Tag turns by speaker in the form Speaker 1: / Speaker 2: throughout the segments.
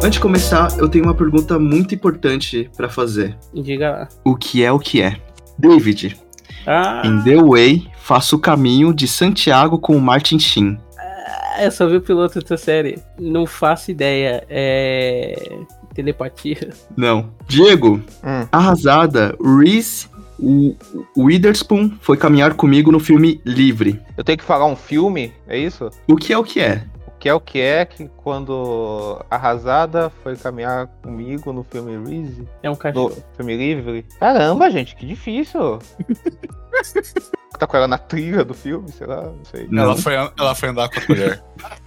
Speaker 1: Antes de começar, eu tenho uma pergunta muito importante pra fazer.
Speaker 2: Diga lá.
Speaker 1: O que é? David, em The Way, faço o caminho de Santiago com o Martin Sheen.
Speaker 2: Eu só vi o piloto dessa série. Não faço ideia. Telepatia?
Speaker 1: Não. Diego, arrasada, Reese Witherspoon foi caminhar comigo no filme Livre.
Speaker 3: Eu tenho que falar um filme, é isso?
Speaker 1: O que é?
Speaker 3: O que é que quando Arrasada foi caminhar comigo no filme Reese?
Speaker 2: É um cachorro.
Speaker 3: No filme Livre? Caramba, gente, que difícil. Tá com ela na trilha do filme, sei lá, não sei.
Speaker 1: Não.
Speaker 4: Ela foi andar com a colher.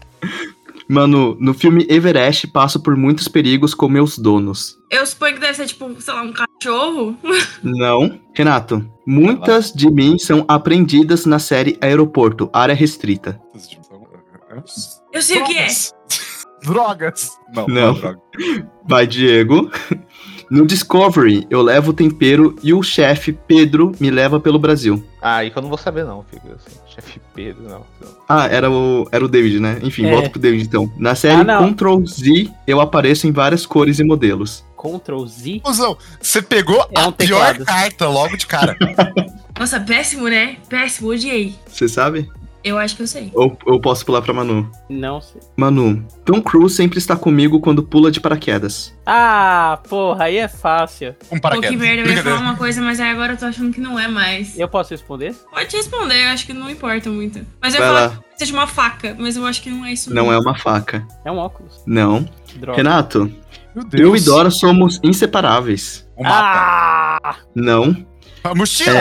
Speaker 1: Mano, no filme Everest passo por muitos perigos com meus donos.
Speaker 5: Eu suponho que deve ser tipo, sei lá, um cachorro.
Speaker 1: Não. Renato, muitas de mim são apreendidas na série Aeroporto, área restrita.
Speaker 5: Eu sei o que é.
Speaker 4: Drogas. Não.
Speaker 1: Não.
Speaker 4: É droga.
Speaker 1: Vai, Diego. No Discovery, eu levo o tempero e o chefe Pedro me leva pelo Brasil.
Speaker 3: Ah, aí que eu não vou saber não, filho. Assim, chefe Pedro, não.
Speaker 1: Ah, era o David, né? Enfim, volta pro David então. Na série Ctrl Z, eu apareço em várias cores e modelos.
Speaker 2: Ctrl Z?
Speaker 4: Cusão, você pegou a pior carta logo de cara.
Speaker 5: Nossa, péssimo, né? Péssimo, odiei.
Speaker 1: Você sabe?
Speaker 5: Eu acho que eu sei.
Speaker 1: Ou eu posso pular pra Manu?
Speaker 2: Não sei.
Speaker 1: Manu, Tom Cruise sempre está comigo quando pula de paraquedas.
Speaker 2: Ah, porra, aí é fácil.
Speaker 5: Pô, que merda, eu ia falar uma coisa, mas aí agora eu tô achando que não é mais.
Speaker 2: Eu posso responder?
Speaker 5: Pode responder, eu acho que não importa muito. Mas eu ia falar que seja uma faca, mas eu acho que não é isso.
Speaker 1: Não é uma faca.
Speaker 2: É um óculos.
Speaker 1: Não.
Speaker 2: Droga.
Speaker 1: Renato,
Speaker 4: Meu Deus.
Speaker 1: eu e Dora somos inseparáveis.
Speaker 4: Um mapa.
Speaker 1: Não.
Speaker 4: A mochila?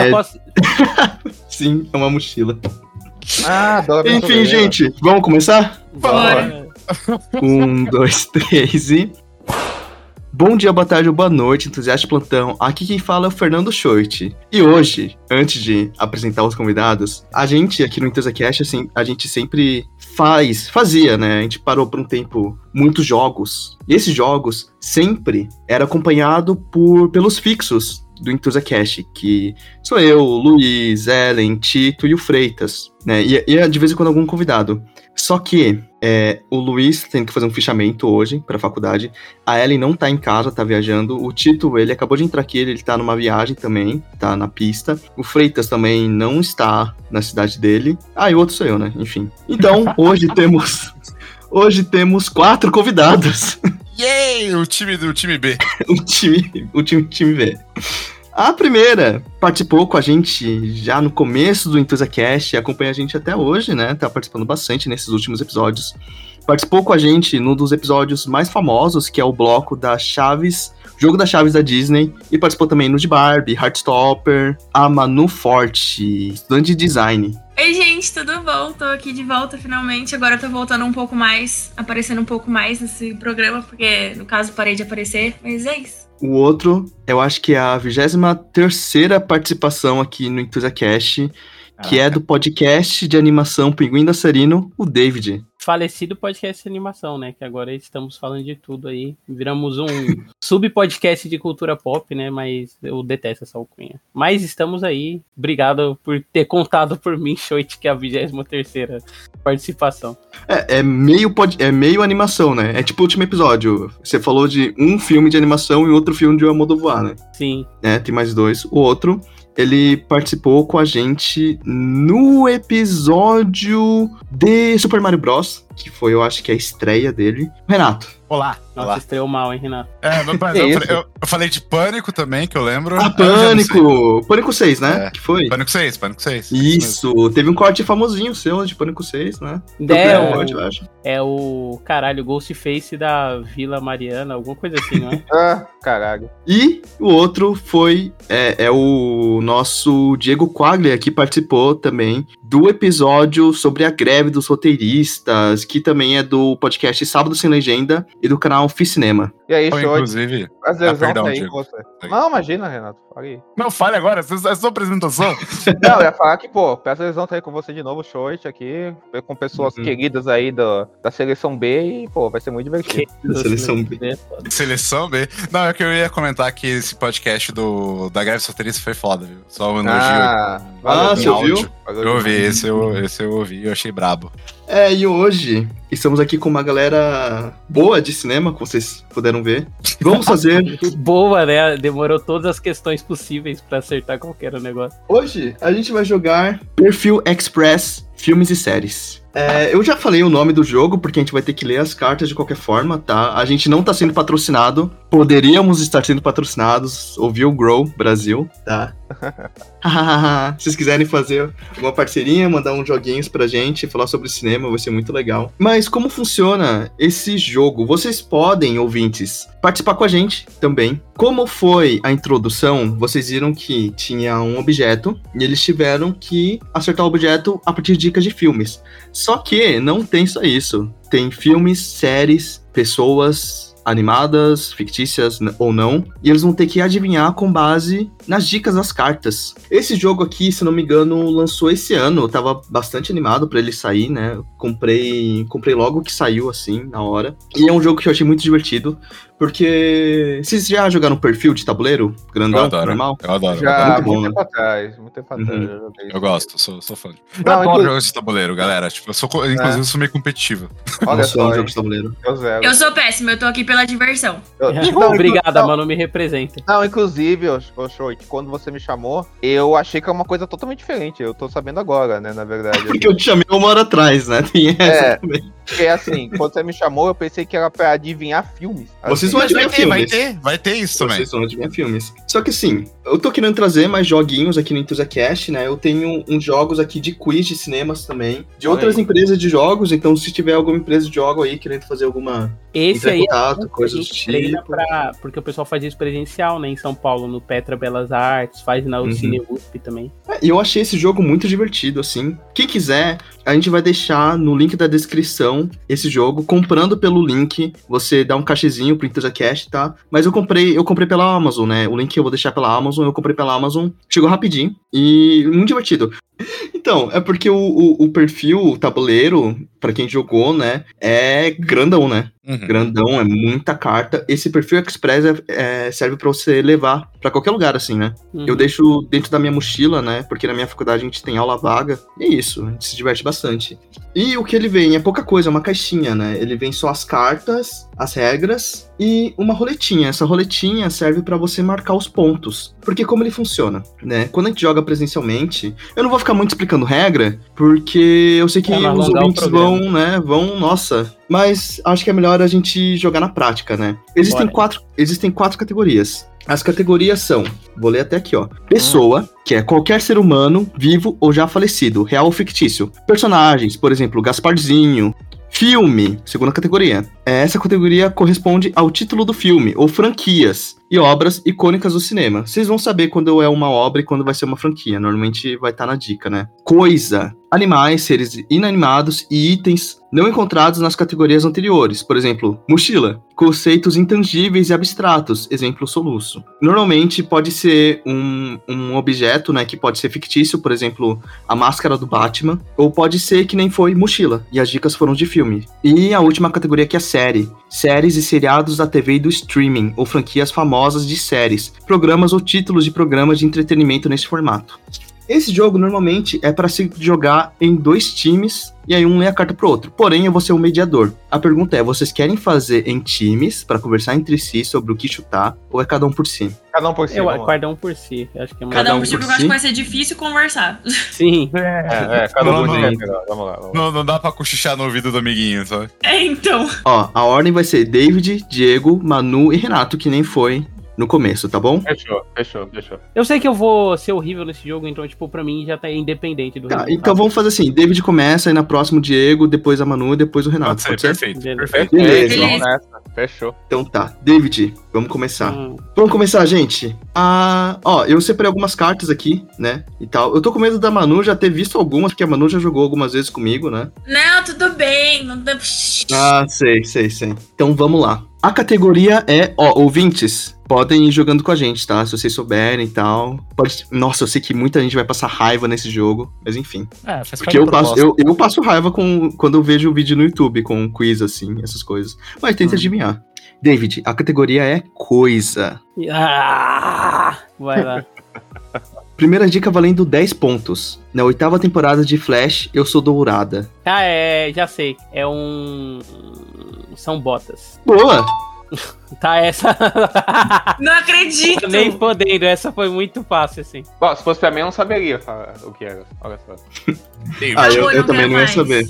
Speaker 1: Sim, é uma mochila.
Speaker 3: Ah, Dora.
Speaker 1: Enfim, gente, vamos começar?
Speaker 5: Bora.
Speaker 1: 1, 2, 3 e... Bom dia, boa tarde ou boa noite, entusiasta de plantão. Aqui quem fala é o Fernando Schoit. E hoje, antes de apresentar os convidados, a gente aqui no EntusiaCast, assim, a gente sempre fazia, né? A gente parou por um tempo muitos jogos. E esses jogos sempre era acompanhado pelos fixos do EntusiaCast, que sou eu, Luiz, Ellen, Tito e o Freitas, né? E de vez em quando algum convidado. Só que o Luiz tem que fazer um fichamento hoje pra faculdade, a Ellen não tá em casa, tá viajando, o Tito, ele acabou de entrar aqui, ele tá numa viagem também, tá na pista, o Freitas também não está na cidade dele, e o outro sou eu, né? Enfim. Então, hoje temos 4 convidados.
Speaker 4: Yay! O time B.
Speaker 1: o time B. A primeira participou com a gente já no começo do EntusiaCast e acompanha a gente até hoje, né? Tá participando bastante nesses últimos episódios. Participou com a gente num dos episódios mais famosos, que é o bloco da Chaves, Jogo das Chaves da Disney. E participou também no de Barbie, Heartstopper, a Manu Forte, estudante de design.
Speaker 5: Oi, gente, tudo bom? Tô aqui de volta finalmente. Agora eu tô voltando um pouco mais, aparecendo um pouco mais nesse programa, porque no caso parei de aparecer, mas é isso.
Speaker 1: O outro, eu acho que é a 23ª participação aqui no EntusiaCast, que é do podcast de animação Pinguim Dançarino, o David.
Speaker 2: Falecido podcast de animação, né? Que agora estamos falando de tudo aí. Viramos um sub-podcast de cultura pop, né? Mas eu detesto essa alcunha. Mas estamos aí. Obrigado por ter contado por mim, Schoit, que é a 23ª participação.
Speaker 1: É meio animação, né? É tipo o último episódio. Você falou de um filme de animação e outro filme de Almodóvar, né?
Speaker 2: Sim.
Speaker 1: Tem mais 2. O outro, ele participou com a gente no episódio de Super Mario Bros, que foi, eu acho que a estreia dele. Renato.
Speaker 4: Olá.
Speaker 2: Nossa, estreou mal, hein, Renato?
Speaker 4: Eu falei de Pânico também, que eu lembro.
Speaker 1: Pânico! Pânico 6, né? Que foi?
Speaker 4: Pânico 6.
Speaker 1: Isso, teve um corte famosinho seu de Pânico 6, né?
Speaker 2: Eu acho. É o, Ghostface da Vila Mariana, alguma coisa assim, não é?
Speaker 3: Caralho.
Speaker 1: E o outro foi o nosso Diego Quaglia, que participou também do episódio sobre a greve dos roteiristas, que também é do podcast Sábado Sem Legenda e do canal Ficinema.
Speaker 3: E aí,
Speaker 4: inclusive...
Speaker 3: Perdão, tá aí com você. Não, imagina, Renato. Fale aí.
Speaker 4: Não, fale agora, é sua apresentação.
Speaker 3: Não, eu ia falar que, presta atenção, tá aí com você de novo, Schoit, aqui, com pessoas queridas aí da seleção B e, vai ser muito divertido.
Speaker 1: Seleção B.
Speaker 4: Seleção B. Não, é que eu ia comentar que esse podcast da greve soterista foi foda, viu? Só um elogio.
Speaker 1: Você ouviu?
Speaker 4: Eu ouvi, esse eu ouvi, eu achei brabo.
Speaker 1: E hoje estamos aqui com uma galera boa de cinema, como vocês puderam ver. Vamos fazer...
Speaker 2: Boa, né? Demorou todas as questões possíveis pra acertar qualquer negócio.
Speaker 1: Hoje a gente vai jogar Perfil Express Filmes e Séries. Eu já falei o nome do jogo, porque a gente vai ter que ler as cartas de qualquer forma, tá? A gente não tá sendo patrocinado. Poderíamos estar sendo patrocinados. Ouviu o Grow Brasil, tá? Se vocês quiserem fazer uma parceria, mandar uns joguinhos pra gente, falar sobre cinema, vai ser muito legal. Mas como funciona esse jogo? Vocês podem, ouvintes, participar com a gente também. Como foi a introdução, vocês viram que tinha um objeto e eles tiveram que acertar o objeto a partir de dicas de filmes. Só que não tem só isso. Tem filmes, séries, pessoas animadas, fictícias ou não, e eles vão ter que adivinhar com base nas dicas das cartas. Esse jogo aqui, se não me engano, lançou esse ano. Eu tava bastante animado pra ele sair, né? Comprei logo que saiu, assim, na hora. E é um jogo que eu achei muito divertido, porque... Vocês já jogaram Perfil de tabuleiro? Grandão, normal?
Speaker 4: Eu adoro.
Speaker 3: Já,
Speaker 1: muito
Speaker 3: tempo atrás.
Speaker 4: Eu gosto, sou fã.
Speaker 3: Não,
Speaker 4: eu adoro jogos de tabuleiro, galera. Tipo, inclusive, eu sou meio competitivo.
Speaker 3: Olha só,
Speaker 1: jogo de tabuleiro.
Speaker 5: Eu sou péssimo, eu tô aqui pela diversão.
Speaker 2: Obrigada, Manu, me representa.
Speaker 3: Não, inclusive, Shoit, quando você me chamou, eu achei que é uma coisa totalmente diferente. Eu tô sabendo agora, né, na verdade.
Speaker 1: Porque eu te chamei uma hora atrás, né? Tem essa também.
Speaker 3: Porque assim, quando você me chamou, eu pensei que era pra adivinhar filmes.
Speaker 1: Vocês vão adivinhar filmes.
Speaker 4: Vai ter isso também.
Speaker 1: Vocês vão adivinhar filmes. Só que assim, eu tô querendo trazer mais joguinhos aqui no EnthusiaCast, né? Eu tenho uns jogos aqui de quiz de cinemas também, de outras empresas de jogos. Então, se tiver alguma empresa de jogo aí querendo fazer alguma...
Speaker 2: Esse aí
Speaker 1: coisas do tipo.
Speaker 2: Porque o pessoal faz isso presencial, né? Em São Paulo, no Petra Belas Artes, faz na Cine USP também.
Speaker 1: E eu achei esse jogo muito divertido, assim. Quem quiser, a gente vai deixar no link da descrição esse jogo. Comprando pelo link, você dá um cachezinho pro EnthusiaCast, tá? Mas eu comprei pela Amazon, né? O link eu vou deixar pela Amazon, eu comprei pela Amazon. Chegou rapidinho e muito divertido. Então, é porque o perfil tabuleiro, pra quem jogou, né, é grandão, né? Grandão, é muita carta. Esse perfil Express serve pra você levar pra qualquer lugar, assim, né? Eu deixo dentro da minha mochila, né? Porque na minha faculdade a gente tem aula vaga. E é isso, a gente se diverte bastante. E o que ele vem é pouca coisa, é uma caixinha, né? Ele vem só as cartas, as regras e uma roletinha. Essa roletinha serve pra você marcar os pontos. Porque como ele funciona, né? Quando a gente joga presencialmente, eu não vou ficar muito explicando regra, porque eu sei que os ouvintes vão, nossa... Mas acho que é melhor a gente jogar na prática, né? Existem quatro categorias. As categorias são, vou ler até aqui, ó. Pessoa, que é qualquer ser humano, vivo ou já falecido, real ou fictício. Personagens, por exemplo, Gasparzinho. Filme, segunda categoria. Essa categoria corresponde ao título do filme, ou franquias, e obras icônicas do cinema. Vocês vão saber quando é uma obra e quando vai ser uma franquia. Normalmente vai estar na dica, né? Coisa, animais, seres inanimados e itens não encontrados nas categorias anteriores. Por exemplo, mochila, conceitos intangíveis e abstratos, exemplo, soluço. Normalmente pode ser um objeto, né, que pode ser fictício, por exemplo, a máscara do Batman, ou pode ser que nem foi mochila, e as dicas foram de filme. E a última categoria que é série. Séries e seriados da TV e do streaming, ou franquias famosas de séries, programas ou títulos de programas de entretenimento nesse formato. Esse jogo, normalmente, é para se jogar em 2 times, e aí um lê a carta pro outro. Porém, eu vou ser o mediador. A pergunta é, vocês querem fazer em times, para conversar entre si sobre o que chutar, ou é cada um por si?
Speaker 3: Cada um por si.
Speaker 2: Cada um por si. Acho que é
Speaker 5: cada um por si, porque eu acho que vai ser difícil conversar.
Speaker 2: Sim.
Speaker 3: Cada um por si. Vamos lá.
Speaker 4: Não dá pra cochichar no ouvido do amiguinho, sabe?
Speaker 5: Então.
Speaker 1: Ó, a ordem vai ser David, Diego, Manu e Renato, que nem foi no começo, tá bom?
Speaker 3: Fechou.
Speaker 2: Eu sei que eu vou ser horrível nesse jogo, então, tipo, pra mim já tá independente do
Speaker 1: resultado. Então vamos fazer assim, David começa, aí na próxima o Diego, depois a Manu e depois o Renato.
Speaker 4: Pode ser? Perfeito.
Speaker 1: Beleza.
Speaker 3: Vamos nessa. Fechou.
Speaker 1: Então tá, David, vamos começar. Vamos começar, gente. Eu separei algumas cartas aqui, né, e tal. Eu tô com medo da Manu já ter visto algumas, porque a Manu já jogou algumas vezes comigo, né?
Speaker 5: Não, tudo bem.
Speaker 1: Sei. Então vamos lá. A categoria é, ouvintes, podem ir jogando com a gente, tá? Se vocês souberem e tal. Nossa, eu sei que muita gente vai passar raiva nesse jogo, mas enfim. Porque eu passo raiva quando eu vejo o vídeo no YouTube com quiz, assim, essas coisas. Mas tenta adivinhar. David, a categoria é coisa.
Speaker 2: Vai lá.
Speaker 1: Primeira dica valendo 10 pontos. Na 8ª temporada de Flash, eu sou dourada.
Speaker 2: Ah, já sei. É um... São botas.
Speaker 1: Boa!
Speaker 2: Tá, essa...
Speaker 5: Não acredito!
Speaker 2: Nem podendo, essa foi muito fácil, assim.
Speaker 3: Bom, se fosse pra mim, eu não saberia o que era. Olha só.
Speaker 1: Eu também não ia saber.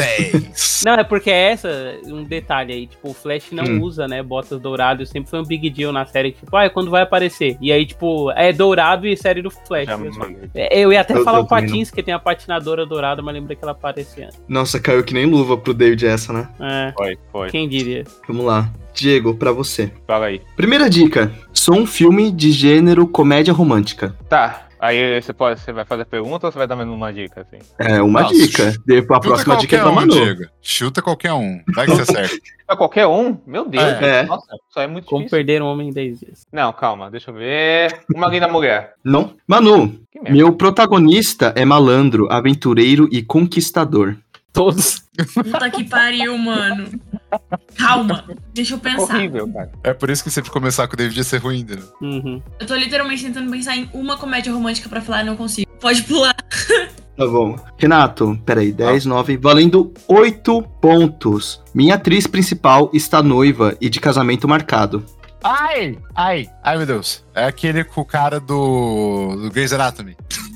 Speaker 4: 10.
Speaker 2: Não, é porque um detalhe aí, tipo, o Flash não usa, né, botas douradas, sempre foi um big deal na série, tipo, quando vai aparecer? E aí, tipo, é dourado e série do Flash. Eu ia até falar o Patins, que tem a patinadora dourada, mas lembrei que ela aparecia antes.
Speaker 1: Nossa, caiu que nem luva pro David essa, né?
Speaker 2: É,
Speaker 3: Foi.
Speaker 2: Quem diria?
Speaker 1: Vamos lá. Diego, pra você.
Speaker 3: Fala aí.
Speaker 1: Primeira dica. Sou um filme de gênero comédia romântica.
Speaker 3: Tá. Aí você vai fazer pergunta ou você vai dar mais uma dica, assim?
Speaker 1: É, uma dica. A próxima dica é da Manu.
Speaker 4: Diego. Chuta qualquer um. Vai que você acerta.
Speaker 3: É qualquer um? Meu Deus.
Speaker 1: É.
Speaker 3: Nossa, isso é muito
Speaker 2: Como
Speaker 3: difícil.
Speaker 2: perder um homem em 10 dias.
Speaker 3: Não, calma. Deixa eu ver. Uma linda mulher.
Speaker 1: Não? Manu,
Speaker 3: Que merda.
Speaker 1: meu protagonista é malandro, aventureiro e conquistador.
Speaker 2: Todos.
Speaker 5: Puta que pariu, mano. Calma, deixa eu pensar.
Speaker 3: Horrível, cara.
Speaker 4: É por isso que sempre começar com o David ia ser ruim, né?
Speaker 2: Uhum.
Speaker 5: Eu tô literalmente tentando pensar em uma comédia romântica pra falar, não consigo. Pode pular.
Speaker 1: Tá bom. Renato, peraí, 10, 9, valendo 8 pontos. Minha atriz principal está noiva e de casamento marcado.
Speaker 4: Ai, meu Deus. É aquele com o cara do Grey's Anatomy.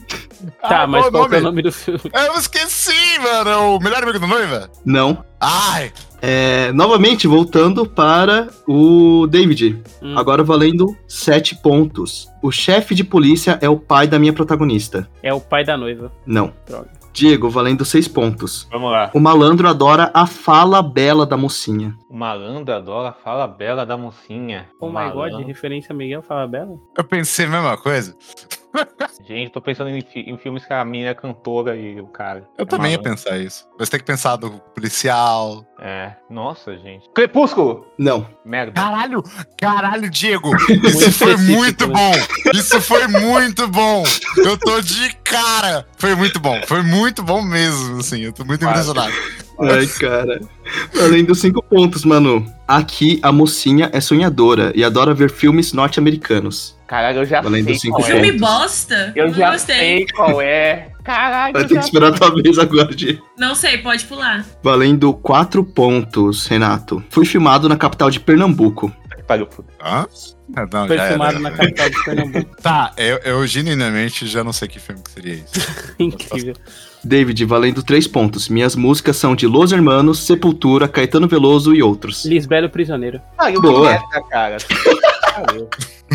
Speaker 2: Tá, mas qual que é o nome do filme?
Speaker 4: Eu esqueci, mano. O Melhor Amigo da Noiva?
Speaker 1: Não.
Speaker 4: Ai.
Speaker 1: Novamente, voltando para o David. Agora valendo 7 pontos. O chefe de polícia é o pai da minha protagonista.
Speaker 2: É o pai da noiva.
Speaker 1: Não.
Speaker 2: Droga.
Speaker 1: Diego, valendo 6 pontos.
Speaker 3: Vamos lá.
Speaker 1: O malandro adora a fala bela da mocinha.
Speaker 3: O malandro adora a fala bela da mocinha.
Speaker 2: Oh my god, referência a Miguel Fala Bela?
Speaker 4: Eu pensei a mesma coisa.
Speaker 3: Gente, tô pensando em filmes que a menina é cantora e o cara.
Speaker 4: Eu também ia pensar isso. Mas tem que pensar do policial.
Speaker 3: É. Nossa, gente. Crepúsculo!
Speaker 1: Não.
Speaker 3: Merda.
Speaker 4: Caralho, Diego. Isso foi muito bom. Isso foi muito bom. Eu tô de cara. Foi muito bom mesmo, assim. Eu tô muito impressionado.
Speaker 1: Ai, cara. Valendo 5 pontos, Manu. Aqui, a mocinha é sonhadora e adora ver filmes norte-americanos.
Speaker 3: Caralho, eu já
Speaker 1: Valendo
Speaker 3: sei
Speaker 1: 5
Speaker 3: qual é.
Speaker 5: Filme bosta?
Speaker 3: Eu
Speaker 5: Não
Speaker 3: já
Speaker 5: gostei.
Speaker 3: sei qual é. Caralho,
Speaker 1: Vai ter que esperar a tua vez agora, Diego.
Speaker 5: Não sei, pode pular.
Speaker 1: Valendo 4 pontos, Renato. Fui filmado na capital de Pernambuco.
Speaker 4: Hã? Não,
Speaker 2: Foi
Speaker 4: já
Speaker 2: filmado
Speaker 4: era.
Speaker 2: na capital de Pernambuco.
Speaker 4: Tá, eu genuinamente já não sei que filme que seria isso.
Speaker 2: Incrível.
Speaker 1: David, valendo 3 pontos. Minhas músicas são de Los Hermanos, Sepultura, Caetano Veloso e outros.
Speaker 2: Lisbelo Prisioneiro.
Speaker 3: Pariu,
Speaker 1: Boa.
Speaker 3: que merda, cara. Pariu.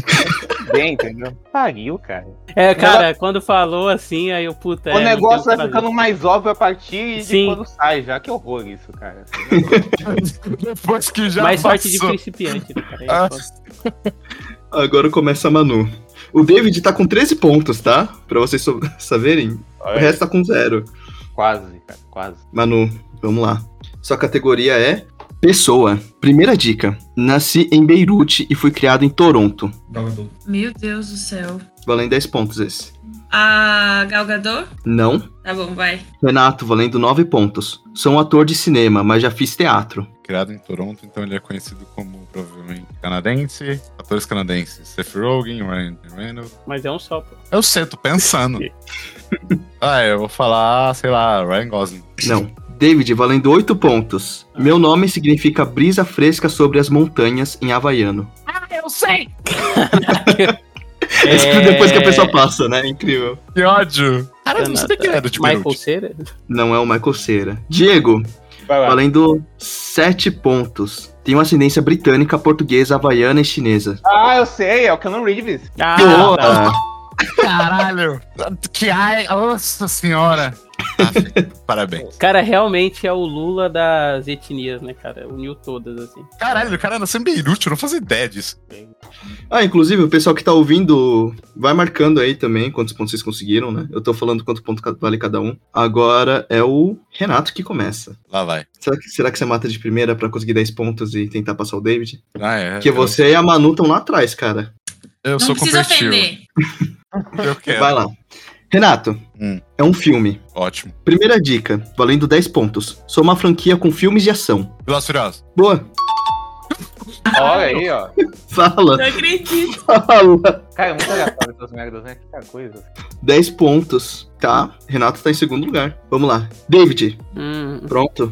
Speaker 3: Bem, entendeu? Pariu, cara.
Speaker 2: Cara, quando falou assim, aí eu, puta...
Speaker 3: O negócio vai
Speaker 2: fazer.
Speaker 3: ficando mais óbvio a partir de
Speaker 2: Sim.
Speaker 3: quando sai já. Que horror isso, cara.
Speaker 4: Depois que já
Speaker 2: Mais sorte de
Speaker 4: passou.
Speaker 2: principiante, né, cara?
Speaker 4: Ah.
Speaker 1: Agora começa a Manu. O David tá com 13 pontos, tá? Pra vocês saberem. O resto tá com 0.
Speaker 3: Quase, cara, quase.
Speaker 1: Manu, vamos lá. Sua categoria é pessoa. Primeira dica. Nasci em Beirute e fui criado em Toronto.
Speaker 5: Meu Deus do céu.
Speaker 1: Valendo 10 pontos esse.
Speaker 5: A Gal Gadot?
Speaker 1: Não.
Speaker 5: Tá bom, vai.
Speaker 1: Renato, valendo 9 pontos. Sou um ator de cinema, mas já fiz teatro.
Speaker 4: Criado em Toronto, então ele é conhecido como, provavelmente, canadense. Atores canadenses. Seth Rogen, Ryan Reynolds.
Speaker 2: Mas é um só, pô.
Speaker 4: Eu sei, tô pensando. Eu vou falar, sei lá, Ryan Gosling.
Speaker 1: Não. David, valendo 8 pontos. Meu nome significa brisa fresca sobre as montanhas em havaiano.
Speaker 2: Eu sei!
Speaker 1: Depois que a pessoa passa, né? Incrível.
Speaker 4: Que ódio. Cara, eu não sabia que ele era de
Speaker 2: Michael
Speaker 4: Beirute.
Speaker 2: Cera?
Speaker 1: Não é o Michael Cera. Diego,
Speaker 3: Vai lá.
Speaker 1: valendo 7 pontos. Tenho ascendência britânica, portuguesa, havaiana e chinesa.
Speaker 3: Ah, eu sei, é o Keanu Reeves.
Speaker 2: Ah,
Speaker 1: Boa!
Speaker 2: tá.
Speaker 4: Caralho. Que ai, nossa senhora. Parabéns.
Speaker 2: Cara, realmente é o Lula das etnias, né, cara? Uniu todas, assim.
Speaker 4: Caralho, o cara nasceu em Beirute, eu não fazia ideia disso.
Speaker 1: Inclusive, o pessoal que tá ouvindo, vai marcando aí também quantos pontos vocês conseguiram, né? Eu tô falando quanto ponto vale cada um. Agora é o Renato que começa.
Speaker 4: Lá vai.
Speaker 1: Será que você mata de primeira pra conseguir 10 pontos e tentar passar o David? Porque
Speaker 4: Eu
Speaker 1: você e a Manu estão lá atrás, cara.
Speaker 5: Não
Speaker 4: sou
Speaker 5: precisa
Speaker 4: competitivo.
Speaker 5: ofender.
Speaker 4: Eu quero.
Speaker 1: Vai lá. Renato, é um filme.
Speaker 4: Ótimo.
Speaker 1: Primeira dica, valendo 10 pontos. Sou uma franquia com filmes de ação.
Speaker 4: Velozes e Furiosos.
Speaker 1: Boa.
Speaker 3: Olha aí, ó.
Speaker 1: Fala,
Speaker 5: Não acredito.
Speaker 1: fala.
Speaker 3: Cara, é muito aleatório essas merdas, né? Que coisa.
Speaker 1: 10 pontos, tá? Renato tá em segundo lugar. Vamos lá. David, pronto.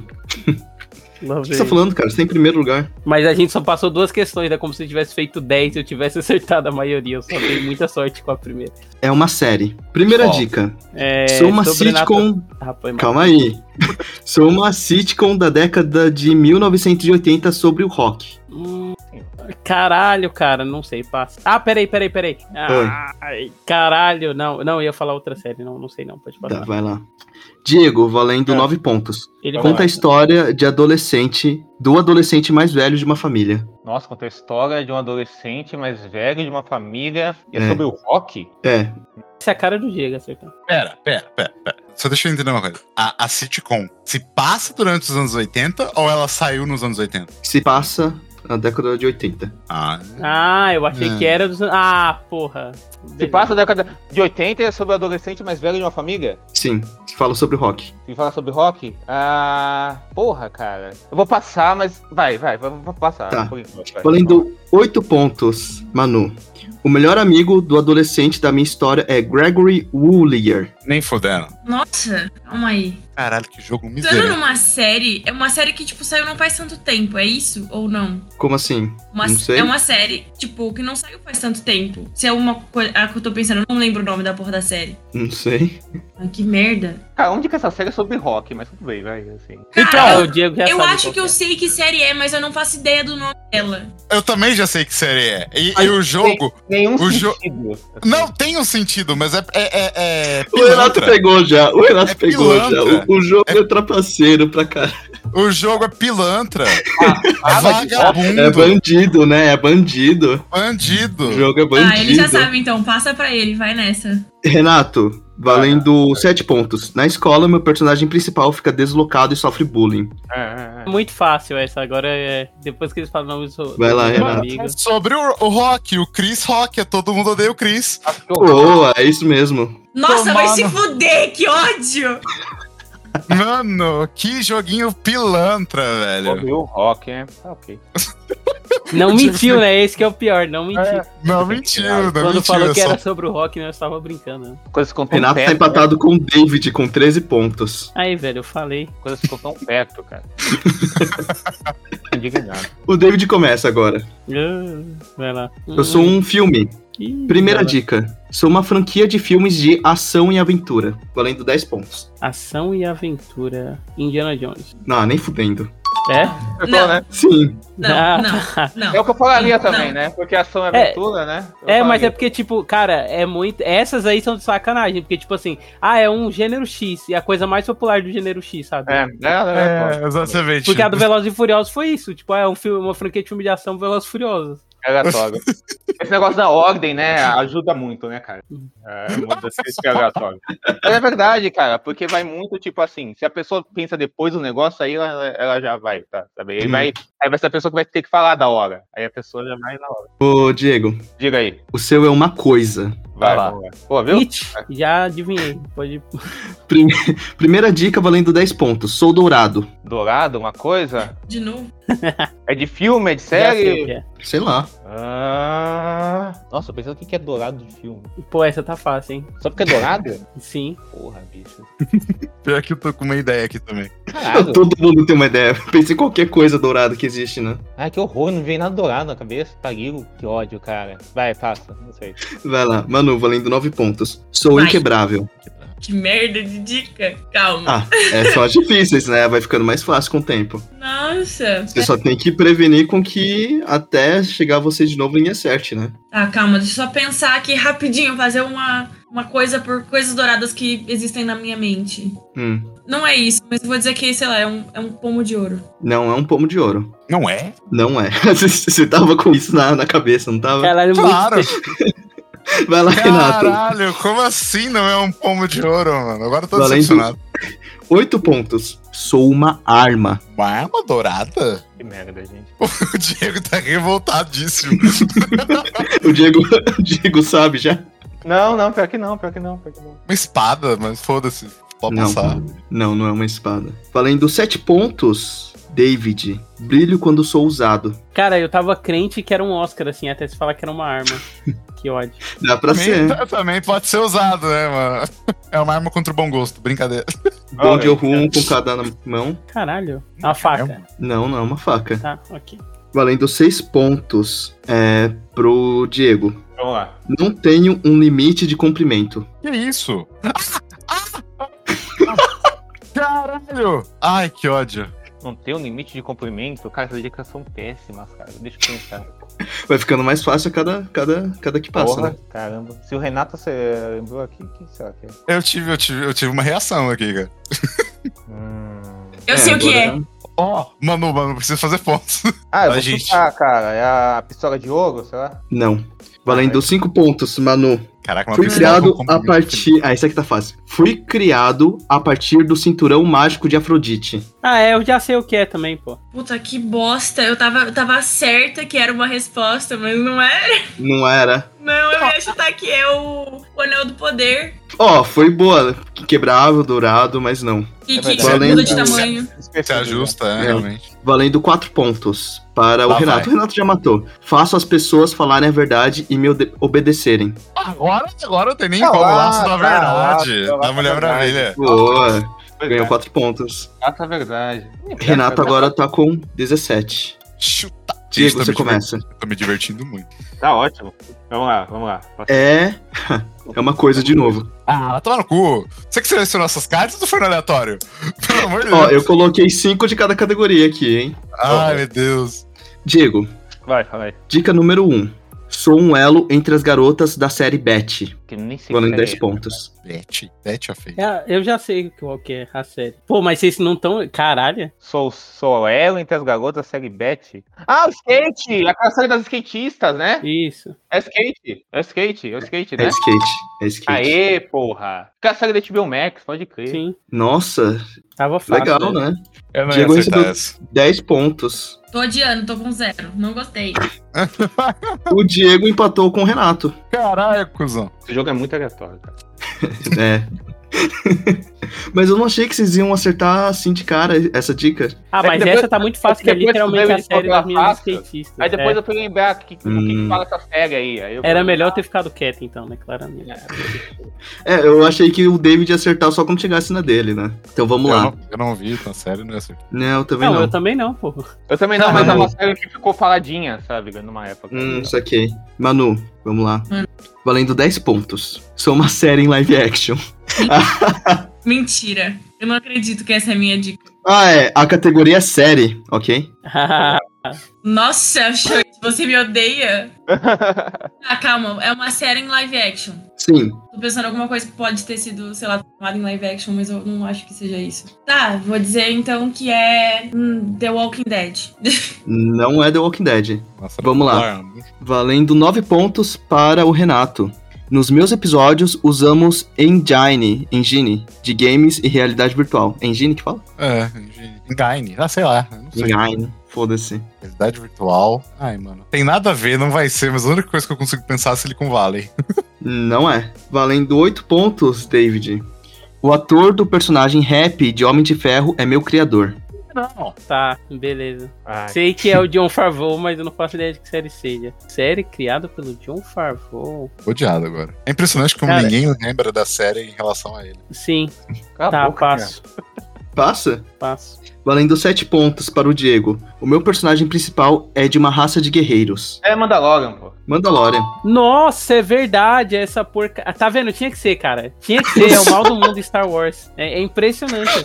Speaker 1: O que você tá falando, cara? Você tá em primeiro lugar.
Speaker 2: Mas a gente só passou 2 questões, é como se eu tivesse feito 10 e eu tivesse acertado a maioria. Eu só dei muita sorte com a primeira.
Speaker 1: É uma série. Primeira dica. Sou uma sitcom... Calma aí. Sou uma sitcom da década de 1980 sobre o rock.
Speaker 2: Caralho, cara, não sei, passa. Ah, peraí. Ai, caralho, não, eu ia falar outra série, não sei não, pode passar.
Speaker 1: Tá, vai lá. Diego, valendo 9 pontos.
Speaker 2: Ele
Speaker 1: Conta
Speaker 2: vai.
Speaker 1: a história do adolescente mais velho de uma família.
Speaker 3: Nossa, conta a história de um adolescente mais velho de uma família. E é
Speaker 1: É.
Speaker 3: sobre o rock?
Speaker 1: É,
Speaker 2: Essa é a cara do Diego, acertou.
Speaker 4: Pera. Só deixa eu entender uma coisa. A sitcom se passa durante os anos 80 ou ela saiu nos anos 80?
Speaker 1: se passa na década de 80.
Speaker 2: Ah, eu achei que era dos... Ah, porra.
Speaker 3: Se passa da década de 80 e é sobre o adolescente mais velho de uma família?
Speaker 1: Sim, fala sobre rock.
Speaker 3: Se fala sobre rock? Porra, cara. Eu vou passar, mas vou passar.
Speaker 1: Tá.
Speaker 3: Por enquanto, vai.
Speaker 1: Valendo 8 pontos, Manu. O melhor amigo do adolescente da minha história é Gregory Wooleyer.
Speaker 4: Nem fodendo.
Speaker 5: Nossa, calma aí.
Speaker 4: Caralho, que jogo
Speaker 5: Estando
Speaker 4: miserável.
Speaker 5: numa série, é uma série que, tipo, saiu não faz tanto tempo, é isso? Ou não?
Speaker 1: Como assim? Não sei.
Speaker 5: É uma série, tipo, que não saiu faz tanto tempo. Se é uma coisa que eu tô pensando, eu não lembro o nome da porra da série.
Speaker 1: Não sei.
Speaker 5: Ah, que merda.
Speaker 3: Cara, onde que essa série é sobre rock? Mas tudo bem, vai, assim.
Speaker 2: Então, o Diego já
Speaker 5: Eu
Speaker 2: sabe
Speaker 5: acho
Speaker 2: qual
Speaker 5: que eu
Speaker 2: é.
Speaker 5: sei que série é, mas eu não faço ideia do nome dela.
Speaker 4: Eu também já sei que série é. E o jogo.
Speaker 3: Nenhum
Speaker 4: O jo-
Speaker 3: sentido. assim.
Speaker 4: Não tem um sentido, mas é
Speaker 1: O Renato
Speaker 4: pilantra.
Speaker 1: pegou já. O Renato
Speaker 4: É
Speaker 1: pegou
Speaker 4: pilantra.
Speaker 1: já. O jogo é trapaceiro pra cá.
Speaker 4: O jogo é pilantra.
Speaker 3: mas de
Speaker 4: Vagabundo.
Speaker 1: É bandido, né? É bandido.
Speaker 4: Bandido.
Speaker 1: O jogo é bandido.
Speaker 5: Ah, ele já sabe então, passa pra ele, vai nessa.
Speaker 1: Renato, valendo 7 pontos. Na escola, meu personagem principal fica deslocado e sofre bullying.
Speaker 2: Muito fácil essa, agora é... Depois que eles falam nome do
Speaker 1: Vai lá,
Speaker 2: meu
Speaker 1: Renato.
Speaker 2: amigo.
Speaker 4: Sobre o Rock, o Chris Rock, todo mundo odeia o Chris.
Speaker 1: Boa, é isso mesmo.
Speaker 5: Nossa, vai
Speaker 4: Tomar
Speaker 5: se
Speaker 4: no-
Speaker 5: fuder, que ódio!
Speaker 4: Mano, que joguinho pilantra, velho.
Speaker 3: Sobre o rock, né? Tá ok.
Speaker 2: Não mentiu, né? Esse que é o pior, não mentiu.
Speaker 4: Não mentiu, não
Speaker 2: Quando
Speaker 4: mentiu.
Speaker 2: falou que
Speaker 4: só-
Speaker 2: era sobre o rock, né, eu estava brincando. Né?
Speaker 3: Coisas ficam tão
Speaker 1: Renato tá
Speaker 3: perto,
Speaker 1: empatado com o David com 13 pontos.
Speaker 2: Aí, velho, eu falei.
Speaker 3: né? Coisas ficam tão perto, cara. Indignado.
Speaker 1: O David começa agora.
Speaker 2: Vai lá.
Speaker 1: Eu sou um filme.
Speaker 2: Ih,
Speaker 1: Primeira
Speaker 2: vai lá.
Speaker 1: dica. Sou uma franquia de filmes de ação e aventura. Valendo 10 pontos.
Speaker 2: Ação e aventura. Indiana Jones.
Speaker 1: Não, nem fudendo.
Speaker 2: É?
Speaker 3: Eu tô,
Speaker 5: Não.
Speaker 3: né?
Speaker 1: Sim.
Speaker 5: Não,
Speaker 2: Ah,
Speaker 5: não, não.
Speaker 3: É o que eu falaria
Speaker 5: Não.
Speaker 3: também, né? Porque ação é aventura, né? Eu
Speaker 2: É, mas
Speaker 3: falaria.
Speaker 2: é porque, tipo, cara, é muito. Essas aí são de sacanagem. Porque, tipo assim, é um gênero X. E a coisa mais popular do gênero X, sabe?
Speaker 4: É, exatamente.
Speaker 2: Porque a do Velozes e Furiosos foi isso. Tipo, é um filme, uma franquia de filme de ação Velozes e Furiosos.
Speaker 3: Aleatório. Esse negócio da ordem, né, ajuda muito, né, cara? Muda esse aleatório. Mas é verdade, cara, porque vai muito, tipo assim, se a pessoa pensa depois do negócio, aí ela já vai, tá? Sabe? Aí vai ser a pessoa que vai ter que falar da hora. Aí a pessoa já vai na hora.
Speaker 1: Ô, Diego,
Speaker 3: Diga aí.
Speaker 1: o seu é uma coisa.
Speaker 3: Vai
Speaker 2: lá.
Speaker 3: vamos lá. Pô, viu?
Speaker 2: It, já adivinhei. Pode.
Speaker 1: Primeira dica valendo 10 pontos. Sou dourado.
Speaker 3: Dourado, uma coisa?
Speaker 5: De novo?
Speaker 3: É de filme, é de
Speaker 2: Já sei o que
Speaker 3: série?
Speaker 2: é.
Speaker 1: Sei lá.
Speaker 3: Nossa, eu pensando o que é dourado de filme.
Speaker 2: Pô, essa tá fácil, hein?
Speaker 3: Só porque é dourado?
Speaker 2: Sim.
Speaker 3: Porra, bicho.
Speaker 4: Pior que eu tô com uma ideia aqui também.
Speaker 3: Caralho.
Speaker 1: Todo mundo tem uma ideia. Pense em qualquer coisa dourada que existe, né?
Speaker 3: Ai, que horror, não veio nada dourado na cabeça. Paguilo, que ódio, cara. Vai, passa, não sei.
Speaker 1: Vai lá. Manu, valendo 9 pontos. Sou
Speaker 5: Vai.
Speaker 1: inquebrável.
Speaker 5: Que merda de dica. Calma.
Speaker 1: Ah, são as difíceis, né? Vai ficando mais fácil com o tempo.
Speaker 5: Nossa.
Speaker 1: Você só tem que prevenir com que até chegar você de novo ninguém acerte, né?
Speaker 5: Tá, calma, deixa eu só pensar aqui rapidinho, fazer uma coisa por coisas douradas que existem na minha mente. Não é isso, mas eu vou dizer que, sei lá, é um pomo de ouro.
Speaker 1: Não é um pomo de ouro.
Speaker 4: Não é?
Speaker 1: Não é. Você tava com isso na cabeça, não tava?
Speaker 2: Caralho,
Speaker 4: Claro!
Speaker 1: Vai lá, Renato.
Speaker 4: Caralho, como assim não é um pomo de ouro, mano? Agora eu tô
Speaker 1: Valendo
Speaker 4: decepcionado.
Speaker 1: 8 pontos. Sou uma arma.
Speaker 4: Uma arma dourada?
Speaker 3: Que merda, gente.
Speaker 4: O Diego tá revoltadíssimo.
Speaker 1: O Diego sabe já?
Speaker 3: Não, pior que não.
Speaker 4: Uma espada, mas foda-se. Pode
Speaker 1: Não.
Speaker 4: passar.
Speaker 1: Não é uma espada. Valendo 7 pontos. David, brilho quando sou usado.
Speaker 2: Cara, eu tava crente que era um Oscar, assim, até se falar que era uma arma. Que ódio.
Speaker 1: Dá pra ser.
Speaker 4: Também pode ser usado, né, mano? É uma arma contra o bom gosto, brincadeira.
Speaker 1: Bom de rum com cada mão.
Speaker 2: Caralho. Uma faca.
Speaker 1: Não é uma faca.
Speaker 2: Tá, ok.
Speaker 1: Valendo 6 pontos pro Diego.
Speaker 3: Vamos lá.
Speaker 1: Não tenho um limite de comprimento.
Speaker 4: Que isso? Caralho! Ai, que ódio.
Speaker 3: Não tem um limite de comprimento? Cara, essas dicas são péssimas, cara. Deixa eu pensar.
Speaker 1: Vai ficando mais fácil a cada que passa,
Speaker 3: Porra,
Speaker 1: né?
Speaker 3: caramba. Se o Renato você lembrou aqui, o que será que é?
Speaker 4: Eu tive uma reação aqui, cara.
Speaker 5: Eu sei o que é.
Speaker 4: Ó, Manu, precisa fazer pontos.
Speaker 3: Ah, eu
Speaker 4: A
Speaker 3: vou
Speaker 4: gente.
Speaker 3: chutar, cara. É a pistola de ouro, sei lá?
Speaker 1: Não. Valendo 5 pontos, Manu.
Speaker 4: Caraca, uma
Speaker 1: Fui
Speaker 4: pistola
Speaker 1: criado
Speaker 4: com
Speaker 1: a
Speaker 4: comprimento.
Speaker 1: partir... Ah, esse aqui tá fácil. Fui criado a partir do cinturão mágico de Afrodite.
Speaker 2: Ah, eu já sei o que é também, pô.
Speaker 5: Puta, que bosta. Eu tava certa que era uma resposta, mas não era.
Speaker 1: Não era?
Speaker 5: Não, eu ia chutar que é o Anel do Poder.
Speaker 1: Ó, foi boa. Quebrável, dourado, mas não.
Speaker 5: E
Speaker 3: É
Speaker 5: que
Speaker 3: verdade.
Speaker 5: muda de tamanho.
Speaker 4: Se ajusta, realmente.
Speaker 1: Valendo 4 pontos para o
Speaker 4: Lá
Speaker 1: Renato.
Speaker 4: vai.
Speaker 1: O Renato já matou. Faço as pessoas falarem a verdade e me obedecerem.
Speaker 4: Agora não tem nem
Speaker 3: Ah,
Speaker 4: como.
Speaker 3: lá,
Speaker 4: Laço da verdade.
Speaker 3: tá,
Speaker 4: Da Mulher
Speaker 3: verdade.
Speaker 4: Maravilha.
Speaker 1: Boa. Ganhou 4 pontos.
Speaker 3: Essa verdade.
Speaker 1: Renato agora tá com 17.
Speaker 4: Chuta.
Speaker 1: Diego,
Speaker 4: Gente,
Speaker 1: você começa.
Speaker 4: Tô me divertindo muito.
Speaker 3: Tá ótimo. Vamos lá.
Speaker 1: É uma coisa de novo.
Speaker 4: Ah, vai tomar no cu. Você que selecionou essas cartas ou foi no aleatório? Pelo amor de Deus.
Speaker 1: Ó, eu coloquei 5 de cada categoria aqui, hein?
Speaker 4: Ai, meu Deus.
Speaker 1: Diego,
Speaker 3: Vai, fala aí.
Speaker 1: dica número 1. Sou um elo entre as garotas da série Betty.
Speaker 3: Que nem sei
Speaker 1: Valendo
Speaker 3: que
Speaker 1: 10
Speaker 3: é.
Speaker 1: pontos.
Speaker 4: Bete a feia.
Speaker 2: É, eu já sei qual que é a série. Pô, mas vocês não tão... Caralho.
Speaker 3: Sou ela entre as garotas, segue Betty. Ah, o skate! Aquela série das skatistas, né?
Speaker 2: Isso.
Speaker 3: É skate,
Speaker 1: É
Speaker 3: né?
Speaker 1: skate. É skate.
Speaker 3: Aê, porra! Aquela série da HBO Max, pode crer.
Speaker 2: Sim.
Speaker 1: Nossa,
Speaker 2: Tava fácil.
Speaker 1: legal, né?
Speaker 4: Eu não
Speaker 1: Diego
Speaker 4: ia acertar
Speaker 1: recebeu
Speaker 4: essa.
Speaker 1: 10 pontos.
Speaker 5: Tô odiando, tô com 0. Não gostei.
Speaker 1: O Diego empatou com o Renato.
Speaker 4: Caralho, cuzão.
Speaker 3: Esse jogo é muito aleatório, cara.
Speaker 1: É. Mas eu não achei que vocês iam acertar assim de cara essa dica.
Speaker 2: Ah,
Speaker 3: É que
Speaker 2: mas
Speaker 3: depois-
Speaker 2: essa tá muito fácil, que é
Speaker 3: depois
Speaker 2: literalmente
Speaker 3: que
Speaker 2: a série das minhas
Speaker 3: fácil,
Speaker 2: skatistas.
Speaker 3: Aí depois
Speaker 2: É.
Speaker 3: eu fui lembrar o que fala essa série aí.
Speaker 2: Era melhor ter ficado quieto, então, né? Claramente.
Speaker 1: Eu achei que o David ia acertar só quando chegasse na dele, né? Então vamos lá.
Speaker 4: Eu não vi, tá sério, não ia acertar.
Speaker 1: Não, eu também
Speaker 2: Não,
Speaker 1: não.
Speaker 2: eu também não, pô.
Speaker 3: Eu também não, mas é
Speaker 1: Manu.
Speaker 3: uma série que ficou faladinha, sabe? Numa época.
Speaker 1: Saquei. Manu, vamos lá.
Speaker 5: Mano.
Speaker 1: Valendo 10 pontos. Sou uma série em live action.
Speaker 5: Mentira. Eu não acredito que essa é a minha dica.
Speaker 1: A categoria é série, ok?
Speaker 5: Nossa, Shoit, você me odeia? Ah, calma. É uma série em live action.
Speaker 1: Sim.
Speaker 5: Tô pensando em alguma coisa que pode ter sido, sei lá, tomada em live action, mas eu não acho que seja isso. Tá, vou dizer então que é The Walking Dead.
Speaker 1: Não é The Walking Dead.
Speaker 4: Nossa,
Speaker 1: Vamos lá. Valendo 9 pontos para o Renato. Nos meus episódios, usamos engine de games e realidade virtual. Engine que fala?
Speaker 4: É, Engine. Ah, sei lá. eu Não sei.
Speaker 1: Engine. Foda-se.
Speaker 4: Realidade virtual. Ai, mano. Tem nada a ver, não vai ser, mas a única coisa que eu consigo pensar é Silicon Valley.
Speaker 1: Não é. Valendo 8 pontos, David. O ator do personagem Happy de Homem de Ferro é meu criador.
Speaker 4: Não.
Speaker 2: Tá, beleza.
Speaker 3: Ai,
Speaker 2: Sei que é o Jon Favreau, mas eu não faço ideia de que série seja. Série criada pelo Jon Favreau.
Speaker 4: Odiado agora. É impressionante como
Speaker 2: Cara,
Speaker 4: ninguém lembra da série em relação a ele.
Speaker 2: Sim,
Speaker 3: cala a
Speaker 2: tá,
Speaker 3: boca,
Speaker 2: passo.
Speaker 1: Passa?
Speaker 2: Passo.
Speaker 1: Valendo 7 pontos para o Diego. O meu personagem principal é de uma raça de guerreiros.
Speaker 3: cara. É Mandalorian, pô.
Speaker 1: Mandalorian.
Speaker 2: Nossa, é verdade, essa porca... Ah, tá vendo? Tinha que ser, cara. Tinha que ser, é o mal do mundo de Star Wars. É impressionante.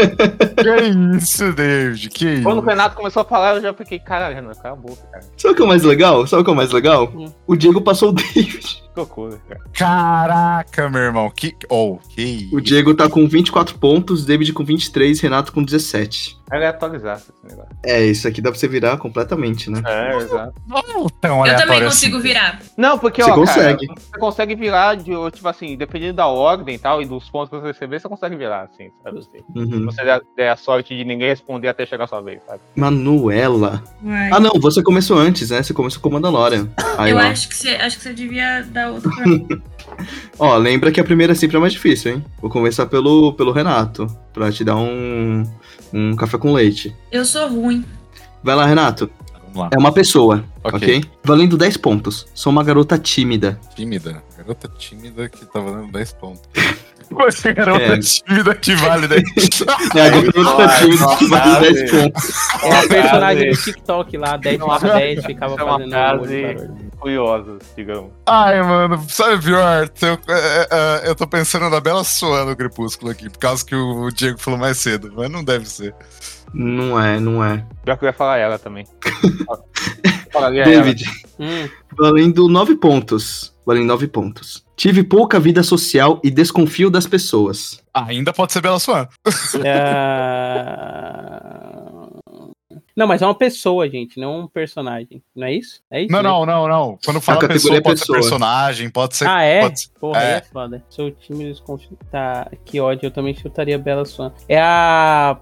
Speaker 4: Que isso, David? Que isso?
Speaker 3: Quando o Renato começou a falar, eu já fiquei, caralho, Renato, cala a boca, cara.
Speaker 1: Sabe o que é o mais legal? O Diego passou o David.
Speaker 3: Que loucura, cara.
Speaker 4: Caraca, meu irmão. Que
Speaker 1: O Diego tá com 24 pontos, David com 23, Renato com 17.
Speaker 3: É atualizar esse negócio.
Speaker 1: Isso aqui dá pra você virar completamente, né?
Speaker 3: É, exato.
Speaker 4: Não tão
Speaker 5: Eu
Speaker 4: aleatório
Speaker 5: também
Speaker 4: assim.
Speaker 5: consigo virar.
Speaker 3: Não, porque,
Speaker 1: Você
Speaker 3: ó,
Speaker 1: consegue.
Speaker 3: cara, você consegue virar de, tipo assim, dependendo da ordem e tal, e dos pontos que você receber, você consegue virar, assim, sabe? Assim.
Speaker 1: Uhum.
Speaker 3: Você der a sorte de ninguém responder até chegar a sua vez, sabe?
Speaker 1: Manuela.
Speaker 5: Vai.
Speaker 1: Ah, não, você começou antes, né? Você começou com Mandalorian. Aí,
Speaker 5: Eu
Speaker 1: ó.
Speaker 5: acho que você devia dar outra pra mim.
Speaker 1: Ó, lembra que a primeira sempre é mais difícil, hein? Vou começar pelo Renato, pra te dar um café com leite.
Speaker 5: Eu sou ruim.
Speaker 1: Vai lá, Renato.
Speaker 4: Vamos lá.
Speaker 1: É uma pessoa, ok? Valendo 10 pontos. Sou uma garota tímida.
Speaker 4: Tímida? Garota tímida que tá valendo 10 pontos. Poxa, garota tímida que vale 10 pontos.
Speaker 1: É a garota tímida que vale 10 pontos.
Speaker 2: É a personagem do TikTok lá, 10/10, ficava fazendo
Speaker 3: frase curiosa, digamos.
Speaker 4: Ai, mano, sabe o pior? Eu tô pensando na Bela Swan no Crepúsculo aqui, por causa que o Diego falou mais cedo, mas não deve ser.
Speaker 1: Não é.
Speaker 3: Pior que eu ia falar ela também.
Speaker 1: David, valendo 9 pontos. Tive pouca vida social e desconfio das pessoas.
Speaker 4: Ainda pode ser Bela Swan.
Speaker 2: Não, mas é uma pessoa, gente, não um personagem. Não é isso? É isso?
Speaker 4: Não. Quando fala pessoa, pode ser personagem, pode ser...
Speaker 2: Ah, é?
Speaker 4: Pode ser,
Speaker 2: porra, é foda. Sou time desconfio. Tá, que ódio, eu também chutaria Bela Swan. É a...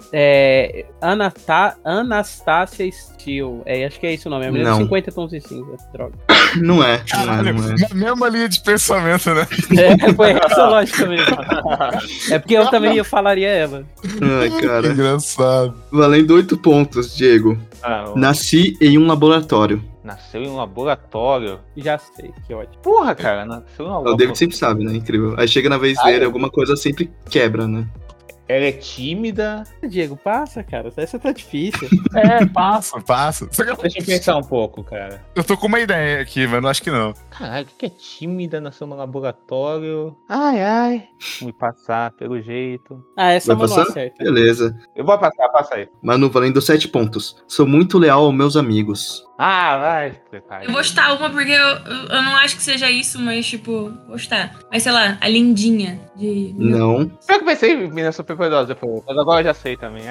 Speaker 2: Anastasia Steele. Acho que é esse o nome. É mesmo 50 tons de cinza. Droga.
Speaker 1: Não é.
Speaker 4: Na mesma linha de pensamento, né?
Speaker 2: Foi essa lógica mesmo. É porque eu também falaria ela.
Speaker 1: Ai, cara.
Speaker 4: Que engraçado.
Speaker 1: Valendo 8 pontos, Diego. Nasci em um laboratório.
Speaker 3: Nasceu em um laboratório?
Speaker 2: Já sei, que ótimo.
Speaker 3: Porra, cara, nasceu em um laboratório.
Speaker 1: O David sempre sabe, né? Incrível. Aí chega na vez dele, alguma coisa sempre quebra, né?
Speaker 3: Ela é tímida.
Speaker 2: Diego, passa, cara. Essa tá difícil.
Speaker 4: Passa.
Speaker 3: Deixa eu pensar um pouco, cara.
Speaker 4: Eu tô com uma ideia aqui, mas não acho que não.
Speaker 3: Caralho, o que é tímida, nasceu no laboratório? Ai. Vou passar, pelo jeito.
Speaker 2: Essa
Speaker 1: vai passar?
Speaker 2: Acerta.
Speaker 1: Beleza.
Speaker 3: Eu vou passar, passa aí.
Speaker 1: Manu, valendo 7 pontos. Sou muito leal aos meus amigos.
Speaker 3: Vai.
Speaker 5: Eu vou chutar uma porque eu não acho que seja isso, mas tipo, vou chutar. Mas sei lá, a lindinha de...
Speaker 1: Não.
Speaker 3: Pior que pensei em Meninas Superpoderosas, mas agora eu já sei também.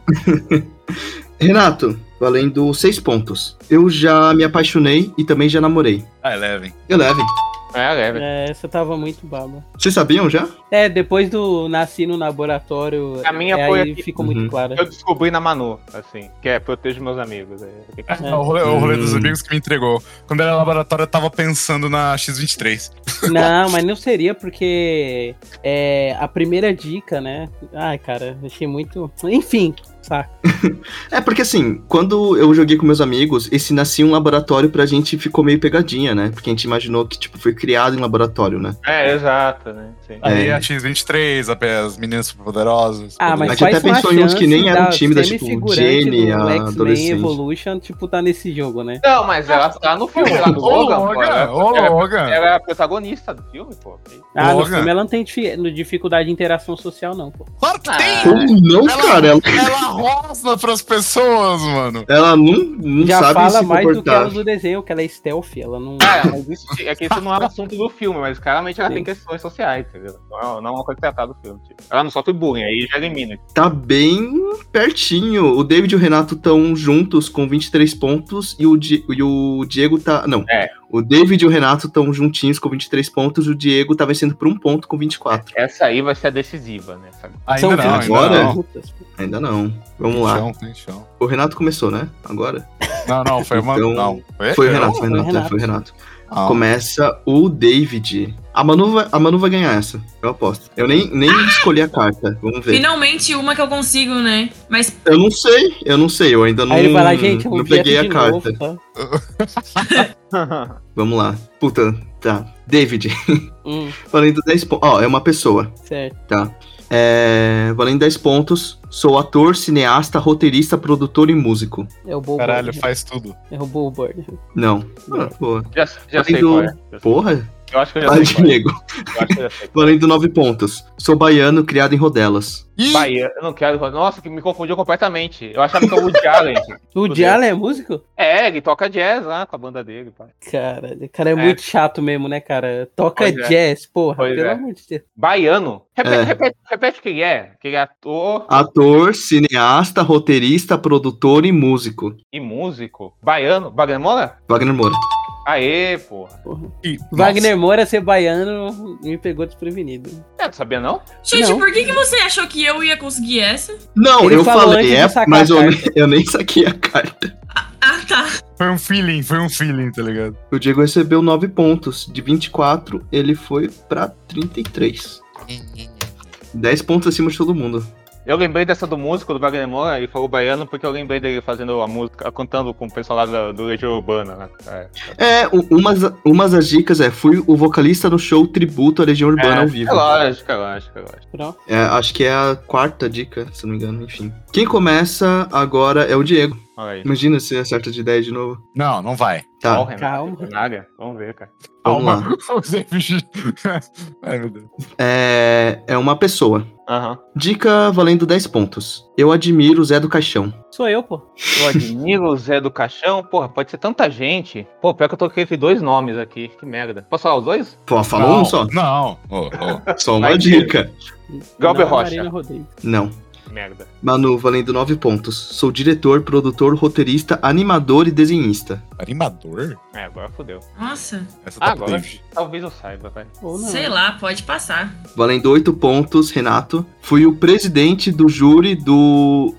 Speaker 1: Renato, valendo 6 pontos. Eu já me apaixonei e também já namorei.
Speaker 4: Eleven.
Speaker 3: Leve.
Speaker 2: Essa tava muito baba.
Speaker 1: Vocês sabiam já?
Speaker 2: Depois do Nasci no Laboratório,
Speaker 3: a minha foi
Speaker 2: aí
Speaker 3: aqui.
Speaker 2: ficou muito clara.
Speaker 3: Eu descobri na Manu, assim, que é protejo meus amigos.
Speaker 4: O rolê dos amigos que me entregou. Quando era laboratório, eu tava pensando na X-23.
Speaker 2: Não, mas não seria porque a primeira dica, né? Ai, cara, achei muito... Enfim, saco.
Speaker 1: É porque assim, quando eu joguei com meus amigos, esse Nasci um Laboratório pra gente ficou meio pegadinha, né? Porque a gente imaginou que tipo, foi criado em laboratório, né?
Speaker 3: Exato, né? Sim.
Speaker 4: Aí a X-23, as Meninas Superpoderosas.
Speaker 2: Mas
Speaker 1: a gente até pensou em uns que nem eram tímidas, tipo Jenny, a adolescente.
Speaker 2: Evolution, tipo, tá nesse jogo, né?
Speaker 3: Não, mas ela tá no filme, lá no Logan.
Speaker 4: Logan.
Speaker 3: Ela é a protagonista do filme, pô.
Speaker 2: No filme ela não tem dificuldade de interação social, não, pô.
Speaker 4: Claro que tem!
Speaker 1: Como não, cara?
Speaker 4: Ela rosa pras pessoas, mano.
Speaker 1: Ela não
Speaker 2: já
Speaker 1: sabe
Speaker 2: fala
Speaker 1: se
Speaker 2: mais
Speaker 1: comportar.
Speaker 2: do que ela do desenho, que ela é stealth, ela não...
Speaker 3: Mas isso não é o assunto do filme, mas claramente ela tem questões sociais, entendeu? Não é uma coisa tratada do filme. Tipo. Ela não sofre bullying, aí já elimina.
Speaker 1: Tá bem pertinho. O David e o Renato estão juntos com 23 pontos e o Diego tá... Não. O David e o Renato estão juntinhos com 23 pontos e o Diego tá vencendo por 1 ponto com 24.
Speaker 3: Essa aí vai ser a decisiva, né?
Speaker 1: Ainda não. Vamos lá.
Speaker 4: Tem chão.
Speaker 1: O Renato começou, né? Agora?
Speaker 4: Não, foi uma...
Speaker 1: Então,
Speaker 4: não.
Speaker 1: Foi o Renato. Começa o David. A Manu vai ganhar essa, eu aposto. Eu nem escolhi a carta, vamos ver.
Speaker 5: Finalmente uma que eu consigo, né? Mas...
Speaker 1: Eu não sei, eu ainda não,
Speaker 2: aí ele vai lá, gente,
Speaker 1: não peguei a carta.
Speaker 2: Novo, tá?
Speaker 1: Vamos lá. Puta, tá. David. Valendo 10 pontos. É uma pessoa.
Speaker 2: Certo.
Speaker 1: Tá. Valendo 10 pontos, sou ator, cineasta, roteirista, produtor e músico.
Speaker 2: É o Bobo.
Speaker 4: Caralho, faz tudo.
Speaker 2: É o Bobo.
Speaker 1: Não. Boa.
Speaker 3: Já sei qual é.
Speaker 1: Porra?
Speaker 3: Eu acho que eu já sei.
Speaker 1: Diego. Valendo 9 pontos. Sou baiano, criado em Rodelas.
Speaker 3: Baiano, eu não quero. Nossa, que me confundiu completamente. Eu achava que era o Woody Allen.
Speaker 2: O Woody Allen é músico?
Speaker 3: Ele toca jazz lá com a banda dele, pai.
Speaker 2: Cara, é muito chato mesmo, né, cara? Toca jazz, porra, pelo amor de Deus.
Speaker 3: Baiano? Repete o que ele é. Que ele é ator.
Speaker 1: Ator, cineasta, roteirista, produtor e músico.
Speaker 3: E músico? Baiano? Wagner Moura?
Speaker 1: Wagner Moura.
Speaker 3: Aê, porra.
Speaker 2: Wagner Moura ser baiano me pegou desprevenido.
Speaker 3: Não sabia não?
Speaker 5: Gente,
Speaker 2: não.
Speaker 5: por que você achou que eu ia conseguir essa?
Speaker 1: Não,
Speaker 2: ele
Speaker 1: eu falei,
Speaker 2: mas
Speaker 1: eu nem saquei a carta.
Speaker 5: Tá.
Speaker 4: Foi um feeling, tá ligado?
Speaker 1: O Diego recebeu 9 pontos. De 24, ele foi pra 33. 10 pontos acima de todo mundo.
Speaker 3: Eu lembrei dessa do músico, do Wagner Moura, ele falou baiano, porque eu lembrei dele fazendo a música, cantando com o pessoal lá do Legião Urbana, né?
Speaker 1: Umas das dicas fui o vocalista no show tributo à Legião Urbana ao vivo.
Speaker 3: É lógico.
Speaker 1: Acho que é a 4ª dica, se não me engano, enfim. Quem começa agora é o Diego. Imagina se acerta de 10 de novo.
Speaker 4: Não vai.
Speaker 1: Tá.
Speaker 2: Calma.
Speaker 3: Vamos ver, cara.
Speaker 1: Vamos lá.
Speaker 4: Ai, meu Deus.
Speaker 1: É uma pessoa.
Speaker 3: Aham.
Speaker 1: Dica valendo 10 pontos. Eu admiro o Zé do Caixão.
Speaker 2: Sou eu, pô.
Speaker 3: Eu admiro o Zé do Caixão. Porra, pode ser tanta gente. Pô, pior que eu tô com esses 2 nomes aqui. Que merda. Posso falar os 2?
Speaker 1: Pô, falou um só?
Speaker 4: Não.
Speaker 1: Só uma dica.
Speaker 3: Galber Rocha.
Speaker 1: Não.
Speaker 3: Merda.
Speaker 1: Manu, valendo 9 pontos. Sou diretor, produtor, roteirista, animador e desenhista.
Speaker 4: Animador?
Speaker 3: Agora fodeu.
Speaker 5: Nossa.
Speaker 4: Essa tá
Speaker 3: Agora,
Speaker 4: potente.
Speaker 3: talvez eu saiba, vai.
Speaker 2: Ou não.
Speaker 5: Sei lá, pode passar.
Speaker 1: Valendo 8 pontos, Renato. Fui o presidente do júri do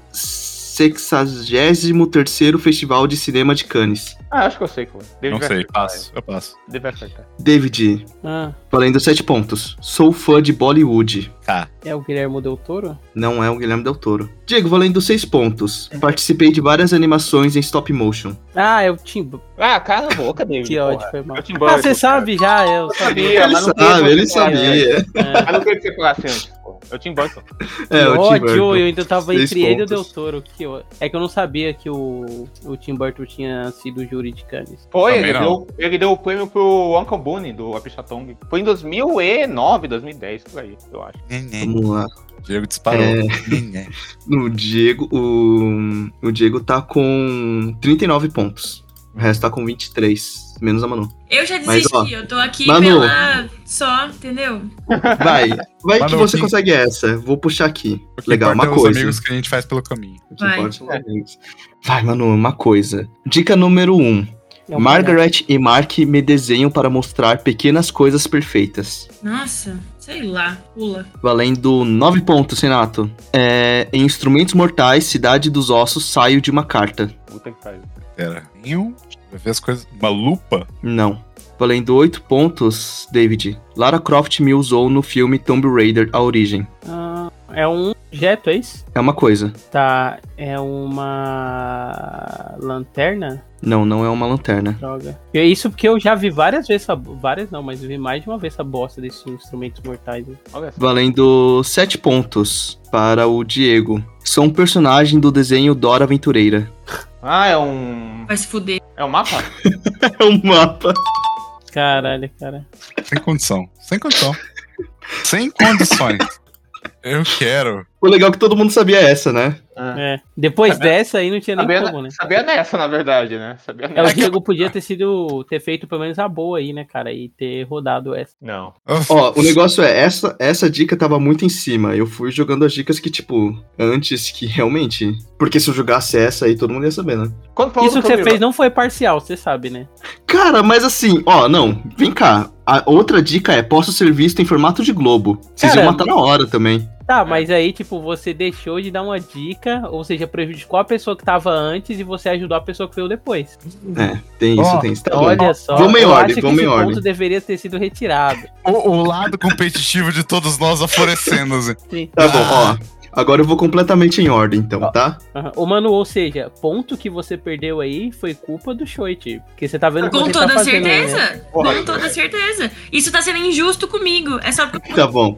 Speaker 1: 63º Festival de Cinema de Cannes.
Speaker 3: Acho que eu sei, pô.
Speaker 4: Não sei, eu passo.
Speaker 3: Deve acertar.
Speaker 1: David, valendo 7 pontos. Sou fã de Bollywood.
Speaker 4: Tá.
Speaker 2: É o Guilherme Del Toro?
Speaker 1: Não é o Guilherme Del Toro. Diego, valendo 6 pontos. Participei de várias animações em stop motion.
Speaker 2: É o Tim Burton.
Speaker 3: Cala a boca, David.
Speaker 2: Que ódio, foi mal.
Speaker 3: Burton,
Speaker 2: Você sabe já, eu sabia.
Speaker 1: Ele sabia.
Speaker 3: Mas não queria que você falasse antes, pô. É o Tim Burton.
Speaker 2: Que ódio, eu ainda tava
Speaker 1: 6
Speaker 2: entre ele e o
Speaker 1: pontos.
Speaker 2: Del Toro. É que eu não sabia que o Tim Burton tinha sido júri de Cannes.
Speaker 3: Foi,
Speaker 4: Também
Speaker 3: ele deu o prêmio pro Uncle Boone, do Apichatong. Foi em 2009, 2010, por aí, eu acho.
Speaker 1: Vamos lá.
Speaker 4: Diego disparou.
Speaker 1: O Diego tá com 39 pontos. O resto tá com 23, menos a Manu.
Speaker 5: Eu já desisti,
Speaker 1: Mas, ó,
Speaker 5: eu tô aqui
Speaker 1: Manu,
Speaker 5: pela só, entendeu?
Speaker 1: Vai
Speaker 4: Manu,
Speaker 1: que você consegue essa. Vou puxar aqui.
Speaker 4: O que
Speaker 1: Legal,
Speaker 4: importa
Speaker 1: uma
Speaker 4: é os
Speaker 1: coisa.
Speaker 4: amigos que a gente faz pelo caminho.
Speaker 1: O que importa são os amigos. Vai, Manu, uma coisa. Dica número 1. Margaret e Mark me desenham para mostrar pequenas coisas perfeitas.
Speaker 5: Nossa, sei lá, pula.
Speaker 1: Valendo 9 pontos, Renato. Em Instrumentos Mortais, Cidade dos Ossos, saio de uma carta.
Speaker 3: Puta que pariu.
Speaker 4: Pera. Vai ver as coisas. Uma lupa?
Speaker 1: Não. Valendo 8 pontos, David. Lara Croft me usou no filme Tomb Raider, A Origem.
Speaker 2: É um objeto, é isso?
Speaker 1: É uma coisa.
Speaker 2: Tá, é uma lanterna?
Speaker 1: Não é uma lanterna.
Speaker 2: Droga. É isso porque eu já vi várias vezes, várias não, mas eu vi mais de uma vez essa bosta desses Instrumentos Mortais.
Speaker 3: Olha só.
Speaker 1: Valendo 7 pontos para o Diego. Sou um personagem do desenho Dora Aventureira.
Speaker 3: É um...
Speaker 5: Vai se fuder.
Speaker 3: É um mapa?
Speaker 1: É um mapa.
Speaker 2: Caralho, cara.
Speaker 4: Sem condição. Sem condições. Eu quero.
Speaker 1: O legal é que todo mundo sabia essa, né?
Speaker 2: Depois dessa aí não tinha nem como, né?
Speaker 3: Sabia nessa, na verdade, né? Sabia
Speaker 2: O
Speaker 3: nessa.
Speaker 2: Diego podia ter feito pelo menos a boa aí, né, cara? E ter rodado essa.
Speaker 3: Não.
Speaker 1: Ó, o negócio é, essa dica tava muito em cima. Eu fui jogando as dicas que, tipo, antes que realmente... Porque se eu jogasse essa aí, todo mundo ia saber, né?
Speaker 2: Isso que você fez não foi parcial, você sabe, né?
Speaker 1: Cara, mas assim, não, vem cá. A outra dica é, posso ser visto em formato de globo. Vocês iam matar na hora também.
Speaker 2: Tá, mas aí, tipo, você deixou de dar uma dica, ou seja, prejudicou a pessoa que tava antes e você ajudou a pessoa que veio depois.
Speaker 1: Tem isso. Tá
Speaker 2: olha
Speaker 1: bom.
Speaker 2: só,
Speaker 1: vamos em ordem,
Speaker 2: acho que esse ponto deveria ter sido retirado.
Speaker 4: O lado competitivo de todos nós aflorescendo, assim.
Speaker 2: Sim.
Speaker 1: Tá bom, ó. Agora eu vou completamente em ordem, então, tá?
Speaker 2: Ô, Manu, ou seja, ponto que você perdeu aí foi culpa do Shoit. Porque você tá vendo que
Speaker 5: Com
Speaker 2: você
Speaker 5: toda
Speaker 2: tá fazendo
Speaker 5: certeza.
Speaker 2: aí, né?
Speaker 5: Com toda certeza. Isso tá sendo injusto comigo. É só porque...
Speaker 1: Tá bom.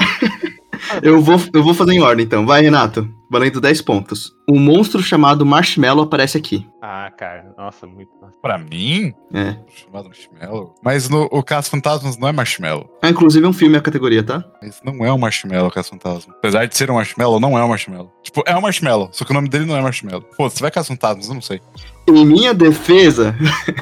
Speaker 1: Eu vou fazer em ordem, então. Vai, Renato. Valendo 10 pontos. Um monstro chamado Marshmallow aparece aqui.
Speaker 3: Cara. Nossa, muito.
Speaker 4: Pra mim?
Speaker 1: É.
Speaker 4: Chamado Marshmallow. Mas o Caça-Fantasmas não é Marshmallow.
Speaker 1: Inclusive é um filme a categoria, tá?
Speaker 4: Mas não é um Marshmallow, o Caça-Fantasma. Apesar de ser um Marshmallow, não é um Marshmallow. Tipo, é um Marshmallow, só que o nome dele não é Marshmallow. Pô, se tiver Caça-Fantasmas, eu não sei.
Speaker 1: Em minha defesa,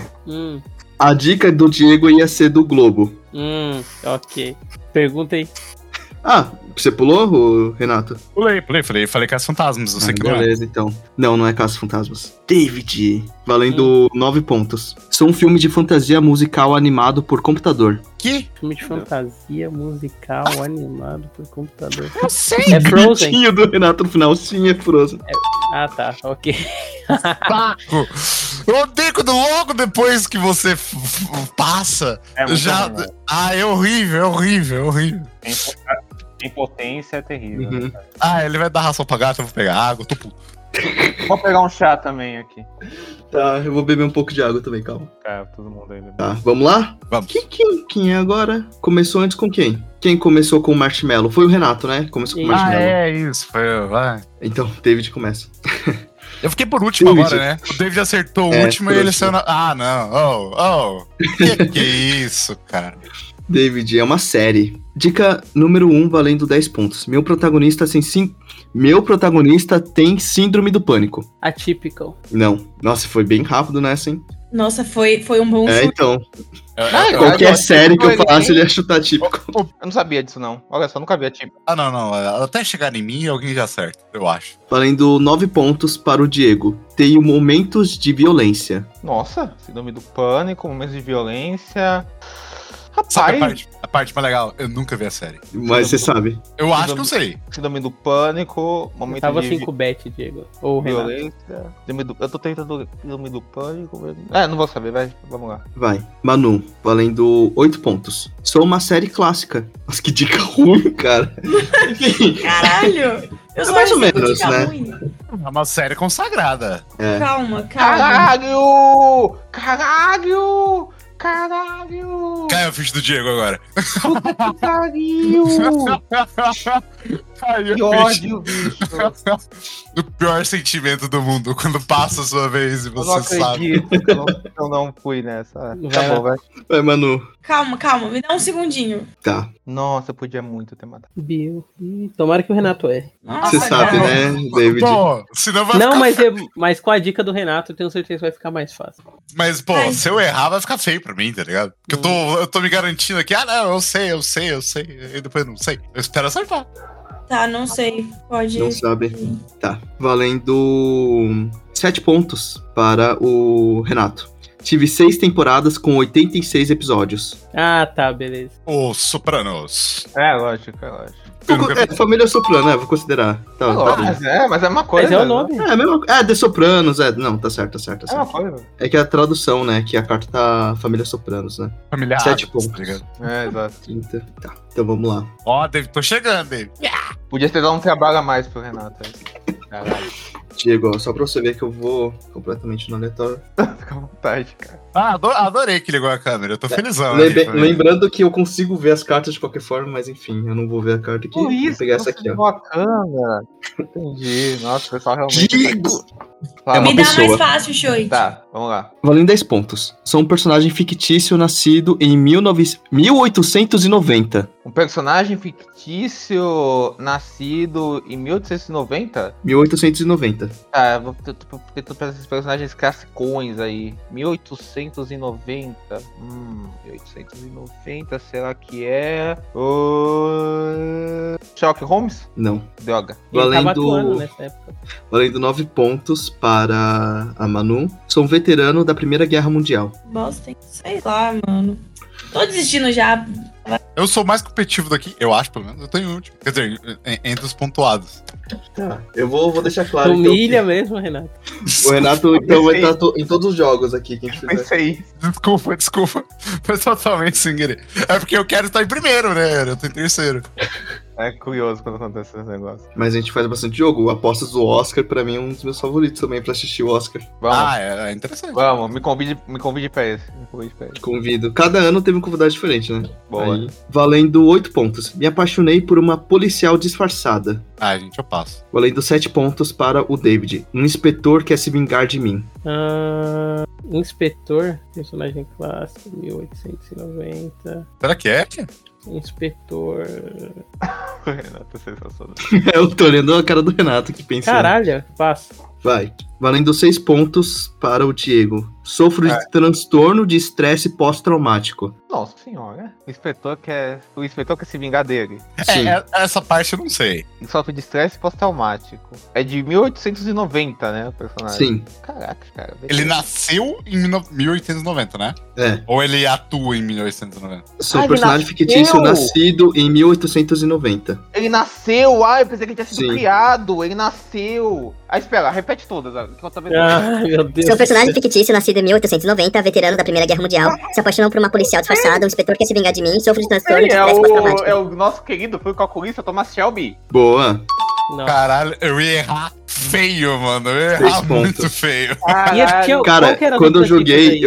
Speaker 1: a dica do Diego ia ser do Globo.
Speaker 2: Ok. Pergunta aí.
Speaker 1: Você pulou, Renato?
Speaker 4: Pulei. Falei Caça-Fantasmas, eu sei que não é.
Speaker 1: Beleza, então. Não é Caça-Fantasmas. David, valendo 9 pontos. Sou um filme de fantasia musical animado por computador.
Speaker 4: Que?
Speaker 2: Filme de fantasia musical animado por computador.
Speaker 4: Eu sei.
Speaker 2: É Frozen?
Speaker 1: Do Renato no final, sim, é Frozen.
Speaker 2: Tá, ok.
Speaker 4: Saco! Eu odeio quando logo depois que você passa, já... Bom, é horrível, é horrível, é horrível.
Speaker 3: Impotência é terrível.
Speaker 1: Uhum.
Speaker 4: Ele vai dar ração pra gato, eu vou pegar água, tô puto.
Speaker 3: Vou pegar um chá também aqui.
Speaker 1: Tá, eu vou beber um pouco de água também, calma.
Speaker 3: Todo mundo aí bebendo.
Speaker 1: Tá, vamos lá?
Speaker 4: Vamos.
Speaker 1: Quem é agora? Começou antes com quem? Quem começou com o Marshmallow? Foi o Renato, né? Começou com o Marshmallow.
Speaker 4: Isso, vai.
Speaker 1: Então, David começa.
Speaker 4: Eu fiquei por último
Speaker 1: David.
Speaker 4: agora, né? O David acertou o último e ele saiu na... não. Que isso, cara?
Speaker 1: David, é uma série. Dica número 1, valendo 10 pontos. Meu protagonista tem síndrome do pânico.
Speaker 2: Atypical.
Speaker 1: Não. Nossa, foi bem rápido nessa, hein?
Speaker 5: Nossa, foi um bom chute.
Speaker 1: Então. Qualquer série que eu falasse, ele ia chutar típico.
Speaker 3: Eu não sabia disso, não. Olha só, nunca vi a típico.
Speaker 4: Não. Até chegar em mim, alguém já acerta, eu acho.
Speaker 1: Valendo 9 pontos para o Diego. Tenho momentos de violência.
Speaker 3: Nossa, síndrome do pânico, momentos de violência...
Speaker 4: Sabe a parte mais legal? Eu nunca vi a série.
Speaker 1: Mas você sabe.
Speaker 4: Eu acho que eu sei.
Speaker 3: Síndrome do pânico, momento
Speaker 2: Tava
Speaker 3: de...
Speaker 2: assim com o Bet, Diego. Ou
Speaker 3: violência. Eu tô tentando síndrome do pânico. Não vou saber, vai. Vamos lá.
Speaker 1: Vai. Manu, valendo 8 pontos. Sou uma série clássica. Nossa, que dica ruim, cara.
Speaker 5: Caralho! Eu sou
Speaker 1: mais ou menos, né?
Speaker 5: ruim.
Speaker 4: É uma série consagrada.
Speaker 5: Calma.
Speaker 3: Caralho!
Speaker 4: Cai a ficha do Diego agora.
Speaker 3: Pariu! Que ódio, bicho.
Speaker 4: O pior sentimento do mundo, quando passa a sua vez e você sabe.
Speaker 3: Eu não fui nessa.
Speaker 2: Tá bom,
Speaker 3: vai.
Speaker 1: Vai, Manu.
Speaker 5: Calma, me dá um segundinho.
Speaker 1: Tá.
Speaker 3: Nossa, eu podia muito ter matado.
Speaker 2: Bill. Tomara que o Renato erre.
Speaker 1: Você sabe, né, David?
Speaker 4: Pô, senão vai
Speaker 2: Não,
Speaker 4: ficar...
Speaker 2: mas com a dica do Renato, eu tenho certeza que vai ficar mais fácil.
Speaker 4: Mas, pô, se eu errar, vai ficar feio pra mim, tá ligado? Porque eu tô me garantindo aqui, não, eu sei. E depois não sei. Eu espero acertar.
Speaker 5: Tá, não sei. Pode.
Speaker 1: Não sabe. Tá. Valendo 7 pontos para o Renato. Tive 6 temporadas com 86 episódios.
Speaker 2: Ah, tá, beleza.
Speaker 4: Os Sopranos.
Speaker 3: É, lógico.
Speaker 1: Família Soprano, né? Vou considerar. Tá,
Speaker 3: mas é uma coisa.
Speaker 2: Mas é o nome.
Speaker 1: The Sopranos, Não, tá certo.
Speaker 3: É uma coisa.
Speaker 1: É que a tradução, né? Que a carta tá Família Sopranos, né?
Speaker 4: Família
Speaker 1: 7
Speaker 4: Adams,
Speaker 1: pontos.
Speaker 3: Exato.
Speaker 1: Quinta. Tá, então vamos lá.
Speaker 4: David, tô chegando, David.
Speaker 3: Podia ter dado um trabalho a mais pro Renato aí. Caralho.
Speaker 1: Diego, só pra você ver que eu vou completamente no aleatório.
Speaker 3: Fica à vontade, cara.
Speaker 4: Adorei que ligou a câmera, eu tô felizão.
Speaker 1: Lembrando que eu consigo ver as cartas de qualquer forma, mas enfim, eu não vou ver a carta aqui.
Speaker 3: Por isso,
Speaker 1: vou pegar essa aqui, ó.
Speaker 3: A câmera. Entendi. Nossa, o pessoal realmente...
Speaker 1: Diego!
Speaker 3: Claro.
Speaker 5: Me dá
Speaker 1: pessoa.
Speaker 5: mais fácil, Shoy.
Speaker 3: Tá, vamos lá.
Speaker 1: Valendo 10 pontos. Sou um personagem fictício nascido em 1890.
Speaker 3: Um personagem fictício nascido em 1890?
Speaker 1: 1890.
Speaker 3: Ah, porque tu pensa esses personagens classicões aí. 1890. 1890, será que é... Sherlock Holmes?
Speaker 1: Não.
Speaker 3: Droga.
Speaker 2: Ele tava atuando nessa época.
Speaker 1: Valendo 9 pontos para a Manu. Sou um veterano da Primeira Guerra Mundial.
Speaker 5: Bosta, sei lá, mano. Tô desistindo já.
Speaker 4: Eu sou mais competitivo daqui, eu acho, pelo menos. Eu tô em último. Quer dizer, entre os pontuados.
Speaker 1: Tá, eu vou deixar claro.
Speaker 2: Humilha mesmo, Renato.
Speaker 1: O Renato então vai estar em todos os jogos aqui que a gente fizer.
Speaker 3: Pensei.
Speaker 4: Desculpa. Foi totalmente sem querer. É porque eu quero estar em primeiro, né? Eu tô em terceiro.
Speaker 3: É curioso quando acontece esse negócio.
Speaker 1: Mas a gente faz bastante jogo. Apostas do Oscar, pra mim, é um dos meus favoritos também pra assistir o Oscar.
Speaker 3: Vamos.
Speaker 4: É interessante.
Speaker 3: Vamos, me convide pra esse.
Speaker 1: Convido. Cada ano teve um convidado diferente, né?
Speaker 3: Boa.
Speaker 1: Aí, valendo 8 pontos. Me apaixonei por uma policial disfarçada.
Speaker 4: Gente, eu passo.
Speaker 1: Valendo 7 pontos para o David. Um inspetor quer se vingar de mim.
Speaker 2: Inspetor, personagem clássico, 1890.
Speaker 4: Será que é?
Speaker 2: Inspetor.
Speaker 3: O Renato é sensacional.
Speaker 1: Eu tô olhando a cara do Renato que pensa.
Speaker 2: Caralho, passa.
Speaker 1: Vai. Valendo 6 pontos para o Diego. Sofro de transtorno de estresse pós-traumático.
Speaker 3: Nossa senhora. O inspetor quer se vingar dele.
Speaker 1: Sim.
Speaker 4: Essa parte eu não sei.
Speaker 3: Ele sofre de estresse pós-traumático. É de 1890, né, o personagem?
Speaker 1: Sim.
Speaker 3: Caraca, cara.
Speaker 4: Ele nasceu em 1890, né?
Speaker 1: É.
Speaker 4: Ou ele atua em 1890?
Speaker 1: Sou um personagem fictício nascido em 1890.
Speaker 3: Ele nasceu? Eu pensei que ele tinha sido
Speaker 1: Sim.
Speaker 3: criado. Ele nasceu. Espera, repete todas.
Speaker 2: Meu Deus.
Speaker 6: Seu personagem fictício, nascido em 1890, veterano da Primeira Guerra Mundial, se apaixonou por uma policial disfarçada, um inspetor quer se vingar de mim, sofre de transtorno de estresse pós-traumático.
Speaker 3: É o nosso querido, foi o calculista Thomas Shelby.
Speaker 1: Boa.
Speaker 2: Não.
Speaker 4: Caralho, eu ia errar feio, mano. Eu ia errar muito feio.
Speaker 1: Cara, quando eu joguei,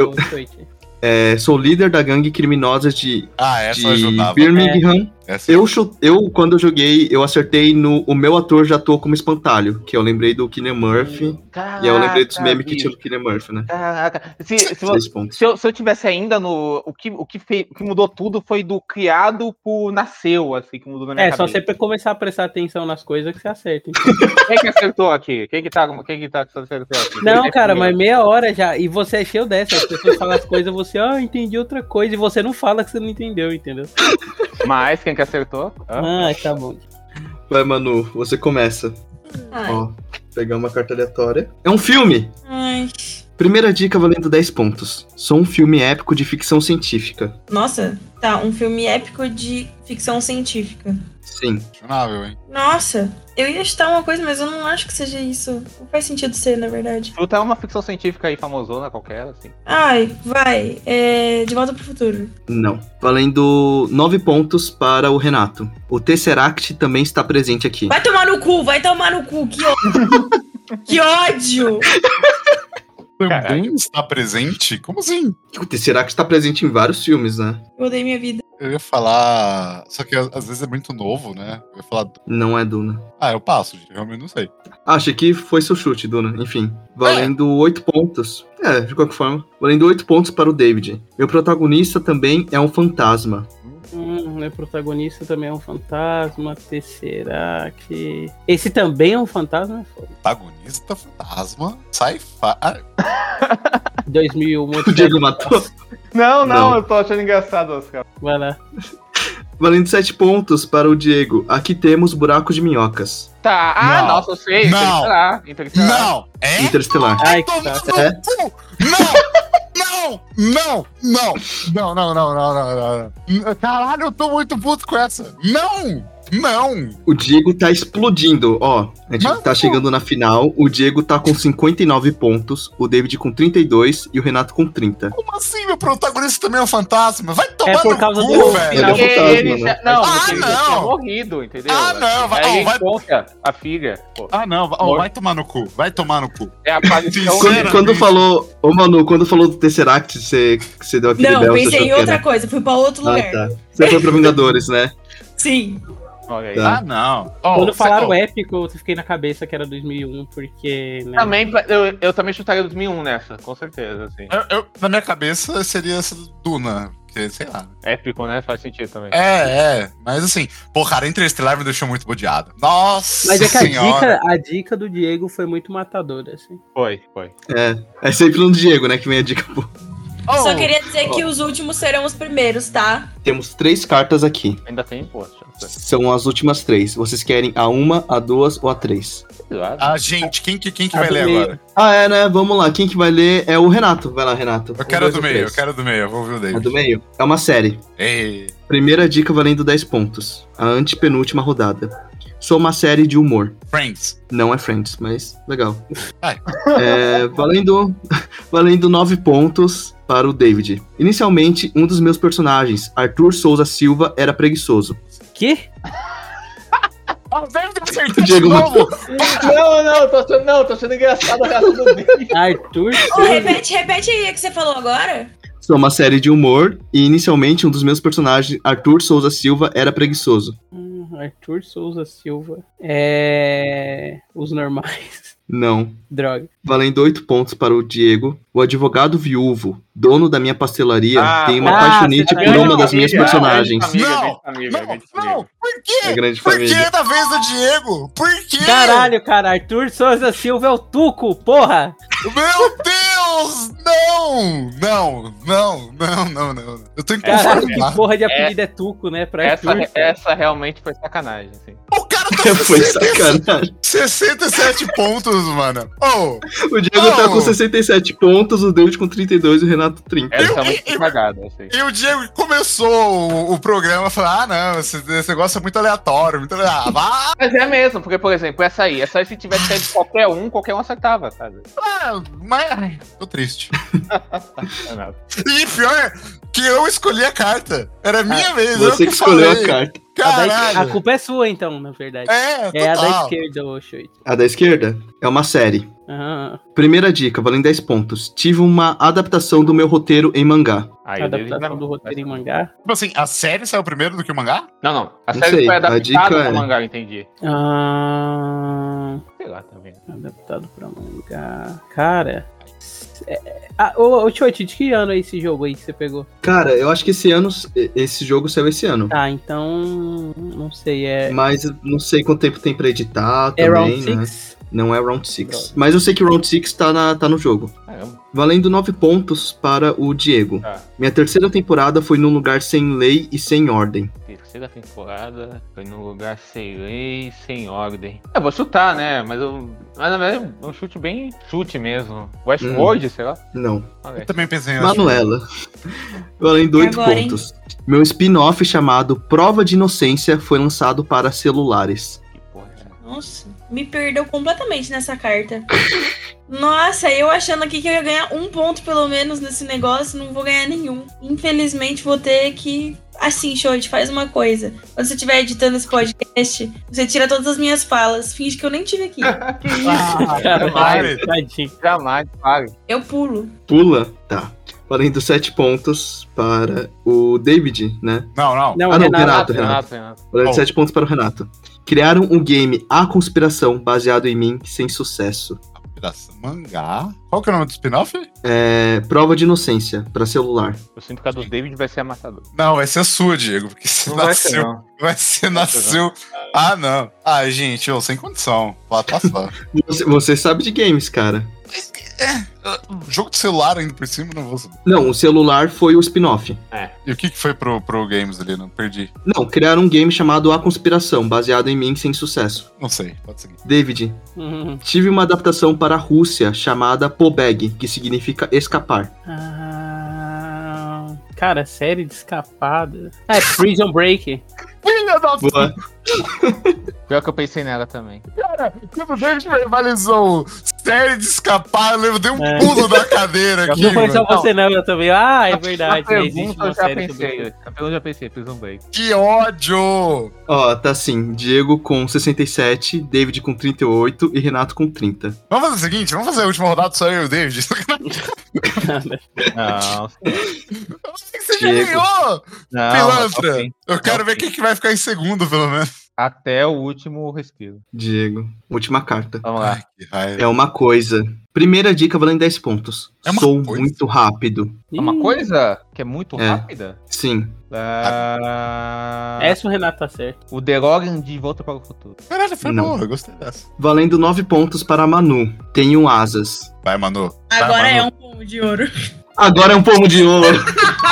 Speaker 1: sou líder da gangue criminosa de Birmingham. Quando eu joguei, eu acertei o meu ator já atuou como espantalho, que eu lembrei do Cillian Murphy.
Speaker 3: Caraca,
Speaker 1: e eu lembrei dos memes que tinha do Cillian Murphy, né?
Speaker 3: Caraca. Se eu tivesse ainda no... O que mudou tudo foi do criado pro nasceu, assim, que mudou na minha cabeça.
Speaker 2: Só você começar a prestar atenção nas coisas que você acerta. Então.
Speaker 3: Quem que acertou aqui? Quem que tá acertou aqui?
Speaker 2: Não, cara, mas meia hora já. E você é cheio dessa. As pessoas falam as coisas, você, entendi outra coisa. E você não fala que você não entendeu, entendeu?
Speaker 3: Mas quem que acertou?
Speaker 2: Tá bom.
Speaker 1: Vai, Manu, você começa. Ó, pegar uma carta aleatória. É um filme!
Speaker 5: Ai.
Speaker 1: Primeira dica valendo 10 pontos. Sou um filme épico de ficção científica.
Speaker 5: Nossa, tá, um filme épico de ficção científica.
Speaker 1: Sim.
Speaker 4: Questionável, hein?
Speaker 5: Nossa, eu ia chutar uma coisa, mas eu não acho que seja isso. Não faz sentido ser, na verdade.
Speaker 3: Chuta é uma ficção científica aí, famosona, qualquer, assim.
Speaker 5: Ai, vai. De Volta pro Futuro.
Speaker 1: Não. Valendo 9 pontos para o Renato. O Tesseract também está presente aqui.
Speaker 5: Vai tomar no cu, que ódio. Que ódio.
Speaker 4: Também está presente? Como assim?
Speaker 1: O Tesseract está presente em vários filmes, né?
Speaker 5: Eu odeio minha vida.
Speaker 4: Eu ia falar... Só que às vezes é muito novo, né? Eu ia falar...
Speaker 1: Não é Duna.
Speaker 4: Eu passo, gente. Eu realmente não sei.
Speaker 1: Achei que foi seu chute, Duna. Enfim, valendo 8 pontos. De qualquer forma. Valendo 8 pontos para o David. Meu protagonista também é um fantasma.
Speaker 2: Meu protagonista também é um fantasma. Tesseract. Esse também é um fantasma?
Speaker 4: Protagonista, fantasma, sci-fi.
Speaker 2: 2001.
Speaker 1: O Diego matou?
Speaker 3: Não, eu tô achando engraçado, Oscar.
Speaker 2: Vai lá.
Speaker 1: Valendo 7 pontos para o Diego. Aqui temos buracos de minhocas.
Speaker 3: Tá. Nossa, eu sei.
Speaker 4: Não.
Speaker 3: Interestelar.
Speaker 4: Não. É?
Speaker 1: Interestelar.
Speaker 2: Ai, que saco.
Speaker 4: Não. Caralho, eu tô muito puto com essa. Não.
Speaker 1: O Diego tá explodindo, ó. A gente tá chegando na final. O Diego tá com 59 pontos, o David com 32 e o Renato com 30.
Speaker 4: Como assim? Meu protagonista também é um fantasma? Vai tomar
Speaker 2: por
Speaker 4: no
Speaker 2: causa
Speaker 4: cu,
Speaker 2: do
Speaker 4: velho.
Speaker 2: final.
Speaker 3: Ele
Speaker 1: né?
Speaker 3: tinha morrido, entendeu?
Speaker 4: Vai.
Speaker 3: A filha. Pô.
Speaker 4: Não. Vai tomar no cu.
Speaker 3: É a aparição.
Speaker 1: Quando falou... Ô, Manu, quando falou do Tesseract, você deu aquele
Speaker 5: Não,
Speaker 1: belo,
Speaker 5: pensei em outra coisa. Fui pra outro lugar.
Speaker 1: Tá. Você foi pra Vingadores, né?
Speaker 5: Sim.
Speaker 3: Olha aí.
Speaker 1: Tá.
Speaker 4: Não.
Speaker 2: Quando falaram épico, eu fiquei na cabeça que era 2001, porque... Né?
Speaker 3: Também, eu também chutaria 2001 nessa, com certeza, assim.
Speaker 4: Na minha cabeça seria essa Duna, porque, sei lá.
Speaker 3: Épico, né? Faz sentido também.
Speaker 4: Mas assim, cara, Interestelar me deixou muito bodeado. Nossa
Speaker 2: Mas é que
Speaker 4: senhora.
Speaker 2: a dica do Diego foi muito matadora, assim.
Speaker 3: Foi.
Speaker 1: É sempre no Diego, né, que vem a dica boa.
Speaker 5: Só queria dizer que os últimos serão os primeiros, tá?
Speaker 1: Temos 3 cartas aqui.
Speaker 3: Ainda tem, pô.
Speaker 1: São as últimas 3. Vocês querem a 1, a 2 ou a 3?
Speaker 4: Gente, quem que vai ler agora?
Speaker 1: Né? Vamos lá. Quem que vai ler é o Renato. Vai lá, Renato.
Speaker 4: Eu quero a do meio, eu vou ouvir o David.
Speaker 1: A do meio? É uma série.
Speaker 4: Ei.
Speaker 1: Primeira dica valendo 10 pontos. A antepenúltima rodada. Sou uma série de humor.
Speaker 4: Friends.
Speaker 1: Não é Friends, mas legal.
Speaker 4: Ai.
Speaker 1: Valendo 9 pontos para o David. Inicialmente, um dos meus personagens, Arthur Souza Silva, era preguiçoso.
Speaker 2: Que?
Speaker 1: Diego
Speaker 3: não, tô achando engraçado a reação do David.
Speaker 2: Arthur
Speaker 5: Souza. Repete aí o que você falou agora.
Speaker 1: Sou uma série de humor e inicialmente um dos meus personagens, Arthur Souza Silva, era preguiçoso.
Speaker 2: Arthur Souza Silva. Os normais.
Speaker 1: Não.
Speaker 2: Droga.
Speaker 1: Valendo 8 pontos para o Diego. O advogado viúvo, dono da minha pastelaria, tem uma paixonite por uma das minhas personagens.
Speaker 4: Não. Por quê?
Speaker 1: É grande
Speaker 4: Por
Speaker 1: família.
Speaker 4: que da vez do Diego? Por quê?
Speaker 2: Caralho, cara. Arthur Souza Silva é o Tuco, porra.
Speaker 4: Meu Deus! Não. Eu tô
Speaker 2: Caralho,
Speaker 4: inconformado.
Speaker 2: que porra de apelido é Tuco, né? Pra Arthur.
Speaker 3: Essa realmente foi sacanagem, assim.
Speaker 4: O cara
Speaker 1: Foi sacanagem.
Speaker 4: 67 pontos, mano.
Speaker 1: O Diego tá com 67 pontos, o David com 32 e o Renato 30.
Speaker 3: Essa é muito cagada, assim.
Speaker 4: E o Diego começou o programa falando, não, esse negócio é muito aleatório, muito aleatório.
Speaker 3: Mas é mesmo, porque, por exemplo, essa aí se tivesse saído qualquer um acertava, sabe?
Speaker 4: Mas tô triste. E pior que eu escolhi a carta. Era minha vez.
Speaker 1: Você que escolheu a carta.
Speaker 2: Caralho. A culpa é sua, então, na verdade.
Speaker 4: É
Speaker 2: a da esquerda, ô Shoit.
Speaker 1: A da esquerda é uma série. Primeira dica, valendo 10 pontos. Tive uma adaptação do meu roteiro em mangá.
Speaker 2: Adaptação do roteiro em mangá?
Speaker 4: Tipo assim, a série saiu primeiro do que o mangá?
Speaker 3: Não. A série foi adaptada pro mangá, eu entendi. Sei lá também.
Speaker 2: Adaptado pra mangá. Cara... Ô, Shoit, de que ano é esse jogo aí que você pegou?
Speaker 1: Cara, eu acho que esse jogo saiu esse ano.
Speaker 2: Tá, então... Não sei,
Speaker 1: Mas não sei quanto tempo tem pra editar também,
Speaker 2: Round 6?
Speaker 1: né? Não é Round 6. Mas eu sei que Round 6 tá no jogo. Valendo 9 pontos para o Diego. Minha terceira temporada foi num lugar sem lei e sem ordem.
Speaker 3: Terceira temporada foi num lugar sem lei e sem ordem. Eu vou chutar, né? Mas na verdade é um chute bem chute mesmo. Westworld, sei lá?
Speaker 1: Não.
Speaker 4: Eu também pensei em
Speaker 1: Manuela. Valendo 8 pontos. Meu spin-off chamado Prova de Inocência foi lançado para celulares.
Speaker 5: Nossa, me perdeu completamente nessa carta. Nossa, eu achando aqui que eu ia ganhar 1 ponto pelo menos nesse negócio, não vou ganhar nenhum. Infelizmente vou ter que... Assim, Shoit, faz uma coisa. Quando você estiver editando esse podcast, você tira todas as minhas falas. Finge que eu nem tive aqui.
Speaker 3: Que isso? Jamais, pague.
Speaker 5: Eu pulo.
Speaker 1: Pula? Tá. Valendo 7 pontos para o David, né?
Speaker 4: Não.
Speaker 1: Renato. Valendo 7 pontos para o Renato. Criaram um game A Conspiração baseado em mim sem sucesso.
Speaker 4: Mangá. Qual que é o nome do spin-off?
Speaker 1: Prova de Inocência, pra celular.
Speaker 3: Eu sinto que a do David vai ser amassador.
Speaker 4: Não, vai ser a sua, Diego, porque você nasceu. Nasceu. Ah, não. Gente, sem condição. Lá tá só.
Speaker 1: Você sabe de games, cara.
Speaker 4: Jogo de celular ainda por cima, não vou saber.
Speaker 1: Não, o celular foi o spin-off.
Speaker 4: E o que foi pro games ali? Não perdi.
Speaker 1: Não, criaram um game chamado A Conspiração, baseado em mim sem sucesso.
Speaker 4: Não sei, pode seguir.
Speaker 1: David, tive uma adaptação para a Rússia chamada Pobeg, que significa escapar.
Speaker 2: Cara, série de escapada. Prison Break.
Speaker 4: Filha da puta!
Speaker 3: Pior que eu pensei nela também.
Speaker 4: Cara, quando o David verbalizou série de escapar, eu dei um pulo da cadeira aqui.
Speaker 2: Não foi só você, não, eu também. É verdade.
Speaker 3: A pergunta eu já pensei, Prison Break.
Speaker 4: Que ódio!
Speaker 1: Tá assim, Diego com 67, David com 38 e Renato com 30.
Speaker 4: Vamos fazer o seguinte, vamos fazer a última rodada só eu e o David.
Speaker 3: Não.
Speaker 4: Você já ganhou! Pilantra! Eu quero ver quem que vai ficar em segundo, pelo menos.
Speaker 3: Até o último respiro.
Speaker 1: Diego, última carta.
Speaker 3: Vamos lá.
Speaker 1: É uma coisa. Primeira dica valendo 10 pontos. Sou muito rápido.
Speaker 3: É uma coisa que é muito rápida?
Speaker 1: Sim.
Speaker 2: Essa o Renato tá certo.
Speaker 3: O DeLorean de Volta para o Futuro.
Speaker 4: Caralho, foi boa, eu gostei dessa.
Speaker 1: Valendo 9 pontos para a Manu. Tenho asas.
Speaker 4: Vai, Manu.
Speaker 5: Agora é um pomo de ouro.
Speaker 1: Agora é um pomo de ouro.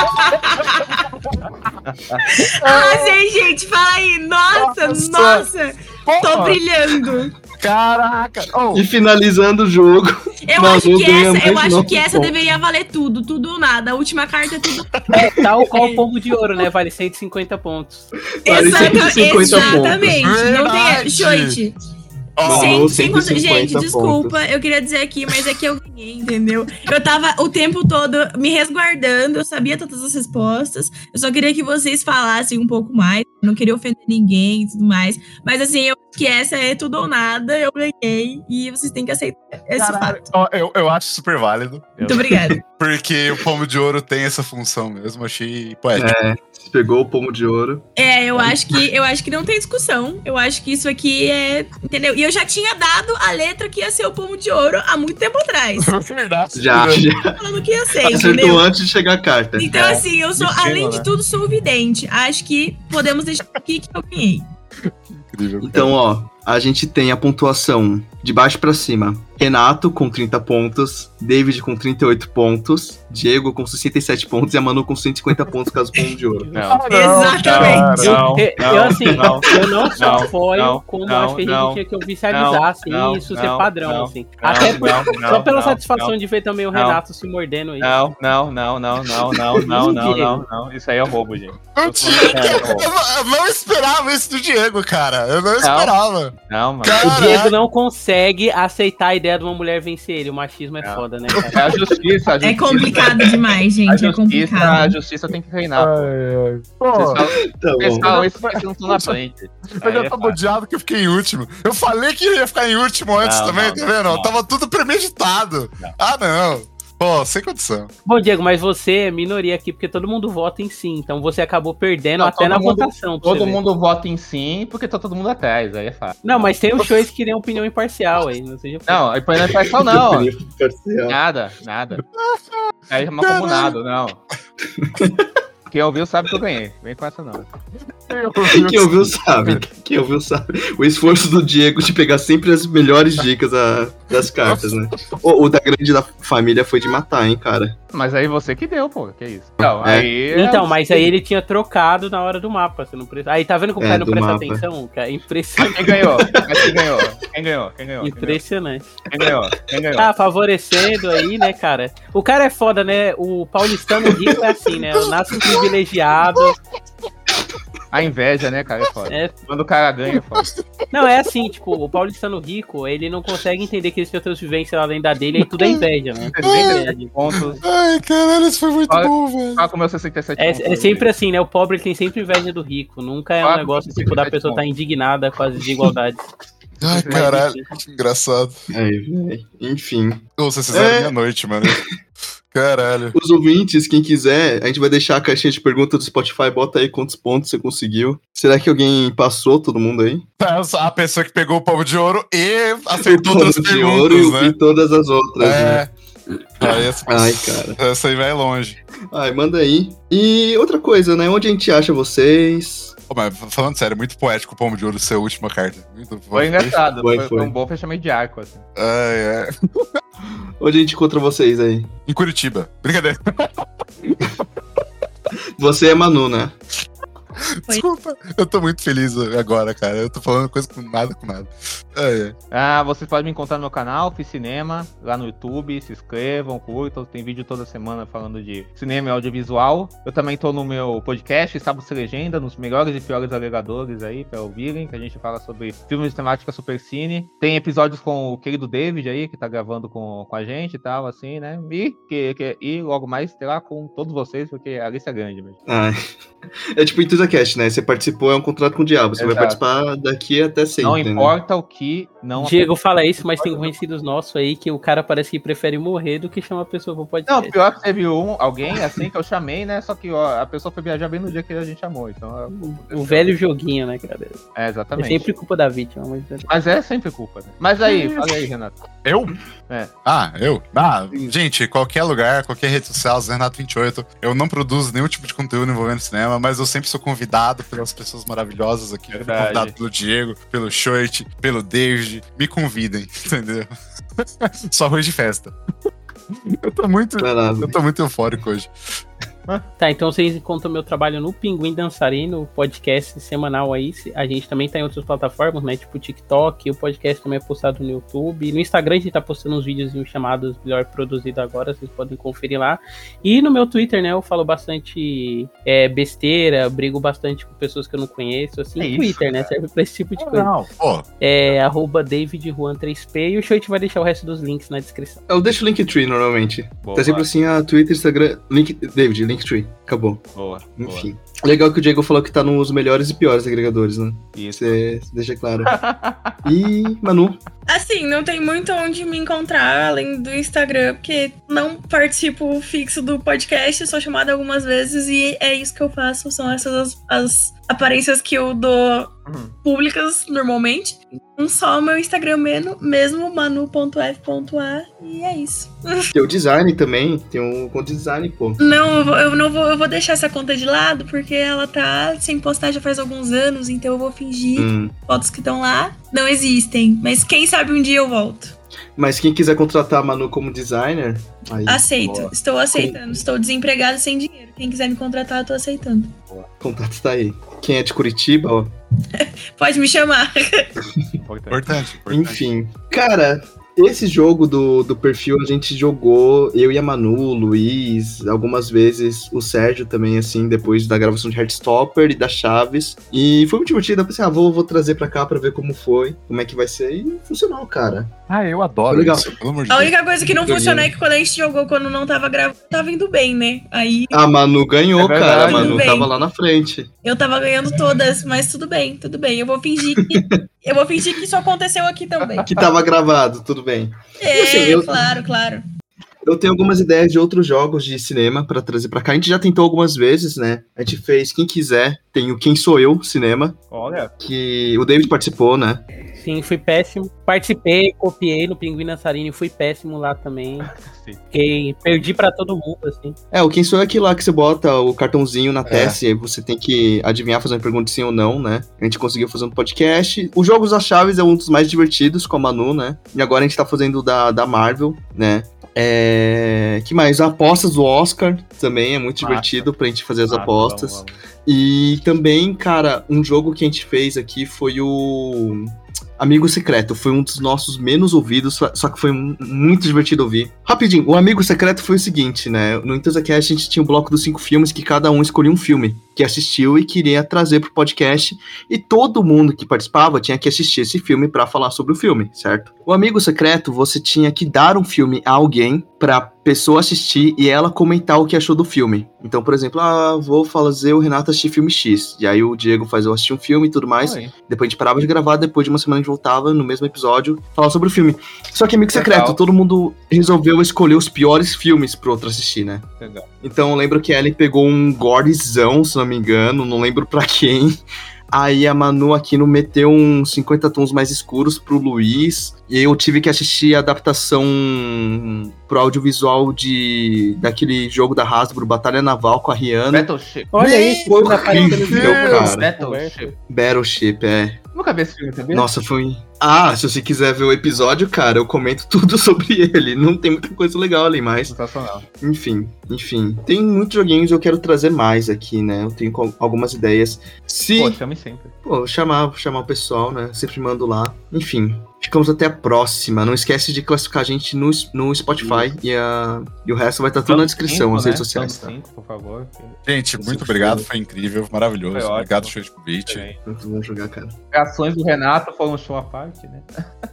Speaker 5: Gente, fala aí. Nossa. Tô brilhando.
Speaker 4: Caraca.
Speaker 1: E finalizando o jogo.
Speaker 5: Eu acho que essa deveria valer tudo ou nada. A última carta é tudo.
Speaker 2: Tal qual o pomo de ouro, né? Vale 150 pontos.
Speaker 5: Exatamente. Não tem Shoit. Gente, desculpa,
Speaker 1: pontos.
Speaker 5: Eu queria dizer aqui, mas é que eu ganhei, entendeu? Eu tava o tempo todo me resguardando, eu sabia todas as respostas, eu só queria que vocês falassem um pouco mais, eu não queria ofender ninguém e tudo mais, mas assim, eu acho que essa é tudo ou nada, eu ganhei e vocês têm que aceitar esse fato.
Speaker 4: Eu acho super válido.
Speaker 5: Muito obrigada.
Speaker 4: Porque o pomo de ouro tem essa função mesmo, achei poético.
Speaker 1: Você pegou o pomo de ouro.
Speaker 5: Eu acho que não tem discussão, eu acho que isso aqui é, entendeu? E eu já tinha dado a letra que ia ser o pomo de ouro há muito tempo atrás.
Speaker 4: Verdade.
Speaker 1: Já.
Speaker 5: Falando que ia ser,
Speaker 1: acertou
Speaker 5: entendeu?
Speaker 1: Antes de chegar a carta.
Speaker 5: Então, assim, eu sou, além de tudo, sou vidente. Acho que podemos deixar aqui que eu ganhei.
Speaker 4: Incrível.
Speaker 1: Então, a gente tem a pontuação de baixo pra cima. Renato com 30 pontos, David com 38 pontos, Diego com 67 pontos e a Manu com 150 pontos, caso Pão de Ouro.
Speaker 5: Exatamente.
Speaker 2: Eu não só apoio, como acho que a gente tinha que oficializar, assim, isso ser padrão, assim. Até só pela satisfação de ver também o Renato se mordendo aí.
Speaker 3: Não. Isso aí é roubo, gente.
Speaker 4: Eu não esperava isso do Diego, cara. Eu não esperava.
Speaker 3: Não, mano.
Speaker 2: O Diego não consegue aceitar a ideia de uma mulher vencer ele. O machismo é foda, né, cara?
Speaker 3: É a justiça.
Speaker 5: É complicado demais, gente. É complicado.
Speaker 3: A justiça tem que reinar. Vocês falam isso porque não estão na frente.
Speaker 4: Eu já tava odiado que eu fiquei em último. Eu falei que ia ficar em último antes também, tá vendo? Tava tudo premeditado. Não. Pô, sem condição.
Speaker 2: Bom, Diego, mas você é minoria aqui, porque todo mundo vota em sim. Então você acabou perdendo até na votação.
Speaker 3: Todo mundo vota em sim, porque tá todo mundo atrás, aí é fácil.
Speaker 2: Não, mas tem os shows que tem opinião imparcial aí. Não,
Speaker 3: opinião imparcial não. Nada. Aí é mancomunado, não. Quem ouviu sabe que eu ganhei. Vem com essa não.
Speaker 1: Quem ouviu sabe. O esforço do Diego de pegar sempre as melhores dicas das cartas, né? O da grande da família foi de matar, hein, cara.
Speaker 3: Mas aí você que deu, pô. Que isso?
Speaker 2: Mas aí ele tinha trocado na hora do mapa. Você não precisa... Aí tá vendo como o cara não presta atenção? Cara, impressionante.
Speaker 3: Quem ganhou? Quem ganhou?
Speaker 2: Impressionante.
Speaker 3: Quem ganhou?
Speaker 2: Tá favorecendo aí, né, cara? O cara é foda, né? O paulistano rico é assim, né? Nasce privilegiado.
Speaker 3: A inveja, né, cara, é foda. Quando o cara ganha, é foda.
Speaker 2: Não, é assim, tipo, o paulistano rico, ele não consegue entender que eles têm outras vivências além da dele, aí tudo é inveja, né?
Speaker 4: Ai, caralho, isso foi muito bom, velho.
Speaker 3: Olha como eu 67 pontos.
Speaker 2: É sempre assim, né? O pobre tem sempre inveja do rico. Nunca é um negócio, tipo, da pessoa estar indignada com as desigualdades.
Speaker 4: Ai, caralho, que engraçado.
Speaker 1: Enfim.
Speaker 4: Vocês fizeram meia-noite, mano. Caralho.
Speaker 1: Os ouvintes, quem quiser, a gente vai deixar a caixinha de pergunta do Spotify, bota aí quantos pontos você conseguiu. Será que alguém passou, todo mundo aí?
Speaker 4: A pessoa que pegou o Povo de Ouro e acertou todas as perguntas,
Speaker 1: ouro,
Speaker 4: né?
Speaker 1: E todas as outras, né?
Speaker 4: Ai, cara. Essa aí vai longe.
Speaker 1: Ai, manda aí. E outra coisa, né? Onde a gente acha vocês?
Speaker 4: Mas falando sério, é muito poético o Pomo de Ouro ser a última carta.
Speaker 3: Foi engraçado, foi um bom fechamento de arco, assim.
Speaker 1: Onde a gente encontra vocês aí?
Speaker 4: Em Curitiba. Brincadeira.
Speaker 1: Você é Manu, né?
Speaker 4: Desculpa, eu tô muito feliz agora, cara. Eu tô falando coisa com nada.
Speaker 3: Vocês podem me encontrar no meu canal, Fiz Cinema, lá no YouTube. Se inscrevam, curtam. Tem vídeo toda semana falando de cinema e audiovisual. Eu também tô no meu podcast, Sábado Sem Legenda, nos melhores e piores agregadores aí, pra ouvirem, que a gente fala sobre filmes de temática super cine. Tem episódios com o querido David aí, que tá gravando com a gente e tal, assim, né? E logo mais terá com todos vocês, porque a lista é grande mesmo.
Speaker 1: É tipo EntusiaCast, né? Você participou, é um contrato com o diabo. Você vai participar daqui até sempre.
Speaker 3: Não importa o que não.
Speaker 2: Diego fala isso, mas tem conhecidos nossos aí que o cara parece que prefere morrer do que chamar a pessoa pro podcast.
Speaker 3: Não, pior que teve alguém assim que eu chamei, né? Só que a pessoa foi viajar bem no dia que a gente chamou. Então,
Speaker 2: o velho joguinho, né, cara?
Speaker 3: Exatamente.
Speaker 2: É sempre culpa da vítima.
Speaker 3: Mas é sempre culpa, né? Mas aí, fala aí, Renato.
Speaker 4: Eu? Eu? Gente, qualquer lugar, qualquer rede social, Renato28. Eu não produzo nenhum tipo de conteúdo envolvendo cinema, mas eu sempre sou convidado pelas pessoas maravilhosas aqui. Fui convidado pelo Diego, pelo Shoit, pelo David. Me convidem, entendeu? Só arroz de festa. Eu tô muito eufórico hoje.
Speaker 2: Tá, então vocês encontram meu trabalho no Pinguim Dançarino, podcast semanal aí. A gente também tá em outras plataformas, né? Tipo o TikTok, o podcast também é postado no YouTube. No Instagram a gente tá postando uns vídeos chamados Melhor Produzido Agora, vocês podem conferir lá. E no meu Twitter, né, eu falo bastante besteira, brigo bastante com pessoas que eu não conheço, assim. Twitter, né, serve pra esse tipo de coisa. @DavidJuan3P, e o Shoit vai deixar o resto dos links na descrição.
Speaker 1: Eu deixo o Linktree normalmente.
Speaker 3: Boa,
Speaker 1: tá sempre assim, Twitter, Instagram, David, Linktree. Acabou.
Speaker 3: Boa.
Speaker 1: Enfim. Legal que o Diego falou que tá nos melhores e piores agregadores, né?
Speaker 3: Isso.
Speaker 1: Você deixa claro. E, Manu?
Speaker 5: Assim, não tem muito onde me encontrar além do Instagram, porque não participo fixo do podcast, sou chamada algumas vezes e é isso que eu faço, são essas as aparências que eu dou públicas normalmente. Só o meu Instagram mesmo, manu.f.a, e é isso.
Speaker 1: Tem o design também, tem um conta de design, pô.
Speaker 5: Não, eu vou deixar essa conta de lado, porque ela tá sem postar já faz alguns anos, então eu vou fingir fotos que estão lá não existem. Mas quem sabe um dia eu volto.
Speaker 1: Mas quem quiser contratar a Manu como designer... Aí,
Speaker 5: Aceito,
Speaker 1: boa.
Speaker 5: estou aceitando. Estou desempregada sem dinheiro. Quem quiser me contratar, eu tô aceitando.
Speaker 1: O contato tá aí. Quem é de Curitiba, ó.
Speaker 5: Pode me chamar.
Speaker 4: Importante.
Speaker 1: Enfim. Cara, esse jogo do perfil a gente jogou, eu e a Manu, o Luiz, algumas vezes, o Sérgio também, assim, depois da gravação de Heartstopper e da Chaves. E foi muito divertido. Eu pensei, vou trazer pra cá pra ver como foi, como é que vai ser. E funcionou, cara.
Speaker 4: Eu adoro
Speaker 1: Legal.
Speaker 4: isso, pelo amor de
Speaker 5: A
Speaker 4: Deus.
Speaker 5: única coisa que não funcionou é que quando a gente jogou, quando não tava gravando, tava indo bem, né? Aí
Speaker 1: A Manu ganhou,
Speaker 3: É verdade.
Speaker 1: cara. A Manu
Speaker 5: Tudo bem.
Speaker 1: tava lá na frente.
Speaker 5: eu tava ganhando todas, mas tudo bem, tudo bem. Eu vou fingir que isso aconteceu aqui também.
Speaker 1: Que tava gravado, tudo bem.
Speaker 5: É,
Speaker 1: assim, eu-
Speaker 5: claro.
Speaker 1: Eu tenho algumas ideias de outros jogos de cinema pra trazer pra cá. A gente já tentou algumas vezes, né? A gente fez, quem quiser, tem o Quem Sou Eu cinema,
Speaker 3: Olha,
Speaker 1: que o David participou, né?
Speaker 2: Sim, fui péssimo. Participei, copiei no Pinguim Nassarini, fui péssimo lá também. Perdi pra todo mundo, assim.
Speaker 1: O Quem Sou Eu é aquilo lá que você bota o cartãozinho na testa e aí você tem que adivinhar fazendo pergunta sim ou não, né? A gente conseguiu fazer um podcast. Os Jogos das Chaves é um dos mais divertidos com a Manu, né? E agora a gente tá fazendo da Marvel, né? Que mais? Apostas do Oscar também é muito
Speaker 3: Massa.
Speaker 1: divertido pra gente fazer as
Speaker 3: Massa,
Speaker 1: apostas.
Speaker 3: vamos.
Speaker 1: E também, cara, um jogo que a gente fez aqui foi o Amigo Secreto. Foi um dos nossos menos ouvidos, só que foi muito divertido ouvir. Rapidinho, o Amigo Secreto foi o seguinte, né? No EntusiaCast a gente tinha um bloco dos 5 filmes que cada um escolhia um filme que assistiu e queria trazer pro podcast. E todo mundo que participava tinha que assistir esse filme pra falar sobre o filme, certo? O Amigo Secreto, você tinha que dar um filme a alguém pra pessoa assistir e ela comentar o que achou do filme. Então, por exemplo, vou fazer o Renato assistir filme X. E aí o Diego faz eu assistir um filme e tudo mais.
Speaker 3: Oi.
Speaker 1: Depois a gente parava de gravar, depois de uma semana a gente voltava no mesmo episódio, falar sobre o filme. Só que Amigo Secreto,
Speaker 3: Legal.
Speaker 1: todo mundo resolveu escolher os piores filmes pro outro assistir, né?
Speaker 3: Legal.
Speaker 1: Então eu lembro que a Ellie pegou um gorezão, se não me engano, não lembro pra quem. Aí a Manu aqui no meteu uns 50 tons mais escuros pro Luiz. E eu tive que assistir a adaptação pro audiovisual daquele jogo da Hasbro, Batalha Naval com a Rihanna.
Speaker 3: Battleship.
Speaker 2: Olha isso,
Speaker 1: Foi
Speaker 2: tá aparecendo no
Speaker 1: horrível,
Speaker 2: jogo,
Speaker 1: cara.
Speaker 3: Battleship.
Speaker 1: Battleship,
Speaker 3: Nunca vi esse filme, sabia?
Speaker 1: Nossa, foi... se você quiser ver o episódio, cara, eu comento tudo sobre ele. Não tem muita coisa legal ali, mas...
Speaker 3: Sensacional.
Speaker 1: Enfim. Tem muitos joguinhos, eu quero trazer mais aqui, né? Eu tenho algumas ideias.
Speaker 3: Pô, chame sempre.
Speaker 1: Chamar o pessoal, né? Sempre mando lá. Enfim, ficamos até a próxima. Não esquece de classificar a gente no Spotify e o resto vai estar tudo na descrição, nas redes sociais, tá?
Speaker 3: 5, por favor.
Speaker 4: Gente, muito obrigado, foi incrível, maravilhoso.
Speaker 3: Foi ótimo.
Speaker 4: Obrigado, show de convite.
Speaker 3: Também.
Speaker 1: Vamos jogar, cara.
Speaker 3: Reações do Renato foram um show à parte, né?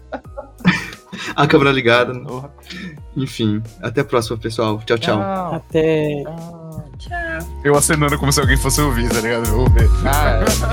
Speaker 1: A câmera ligada, né?
Speaker 3: Porra.
Speaker 1: Enfim, até a próxima, pessoal. Tchau, tchau.
Speaker 2: Até.
Speaker 5: Tchau.
Speaker 4: Eu acenando como se alguém fosse ouvir, tá ligado? Eu vou ver.
Speaker 3: Ah,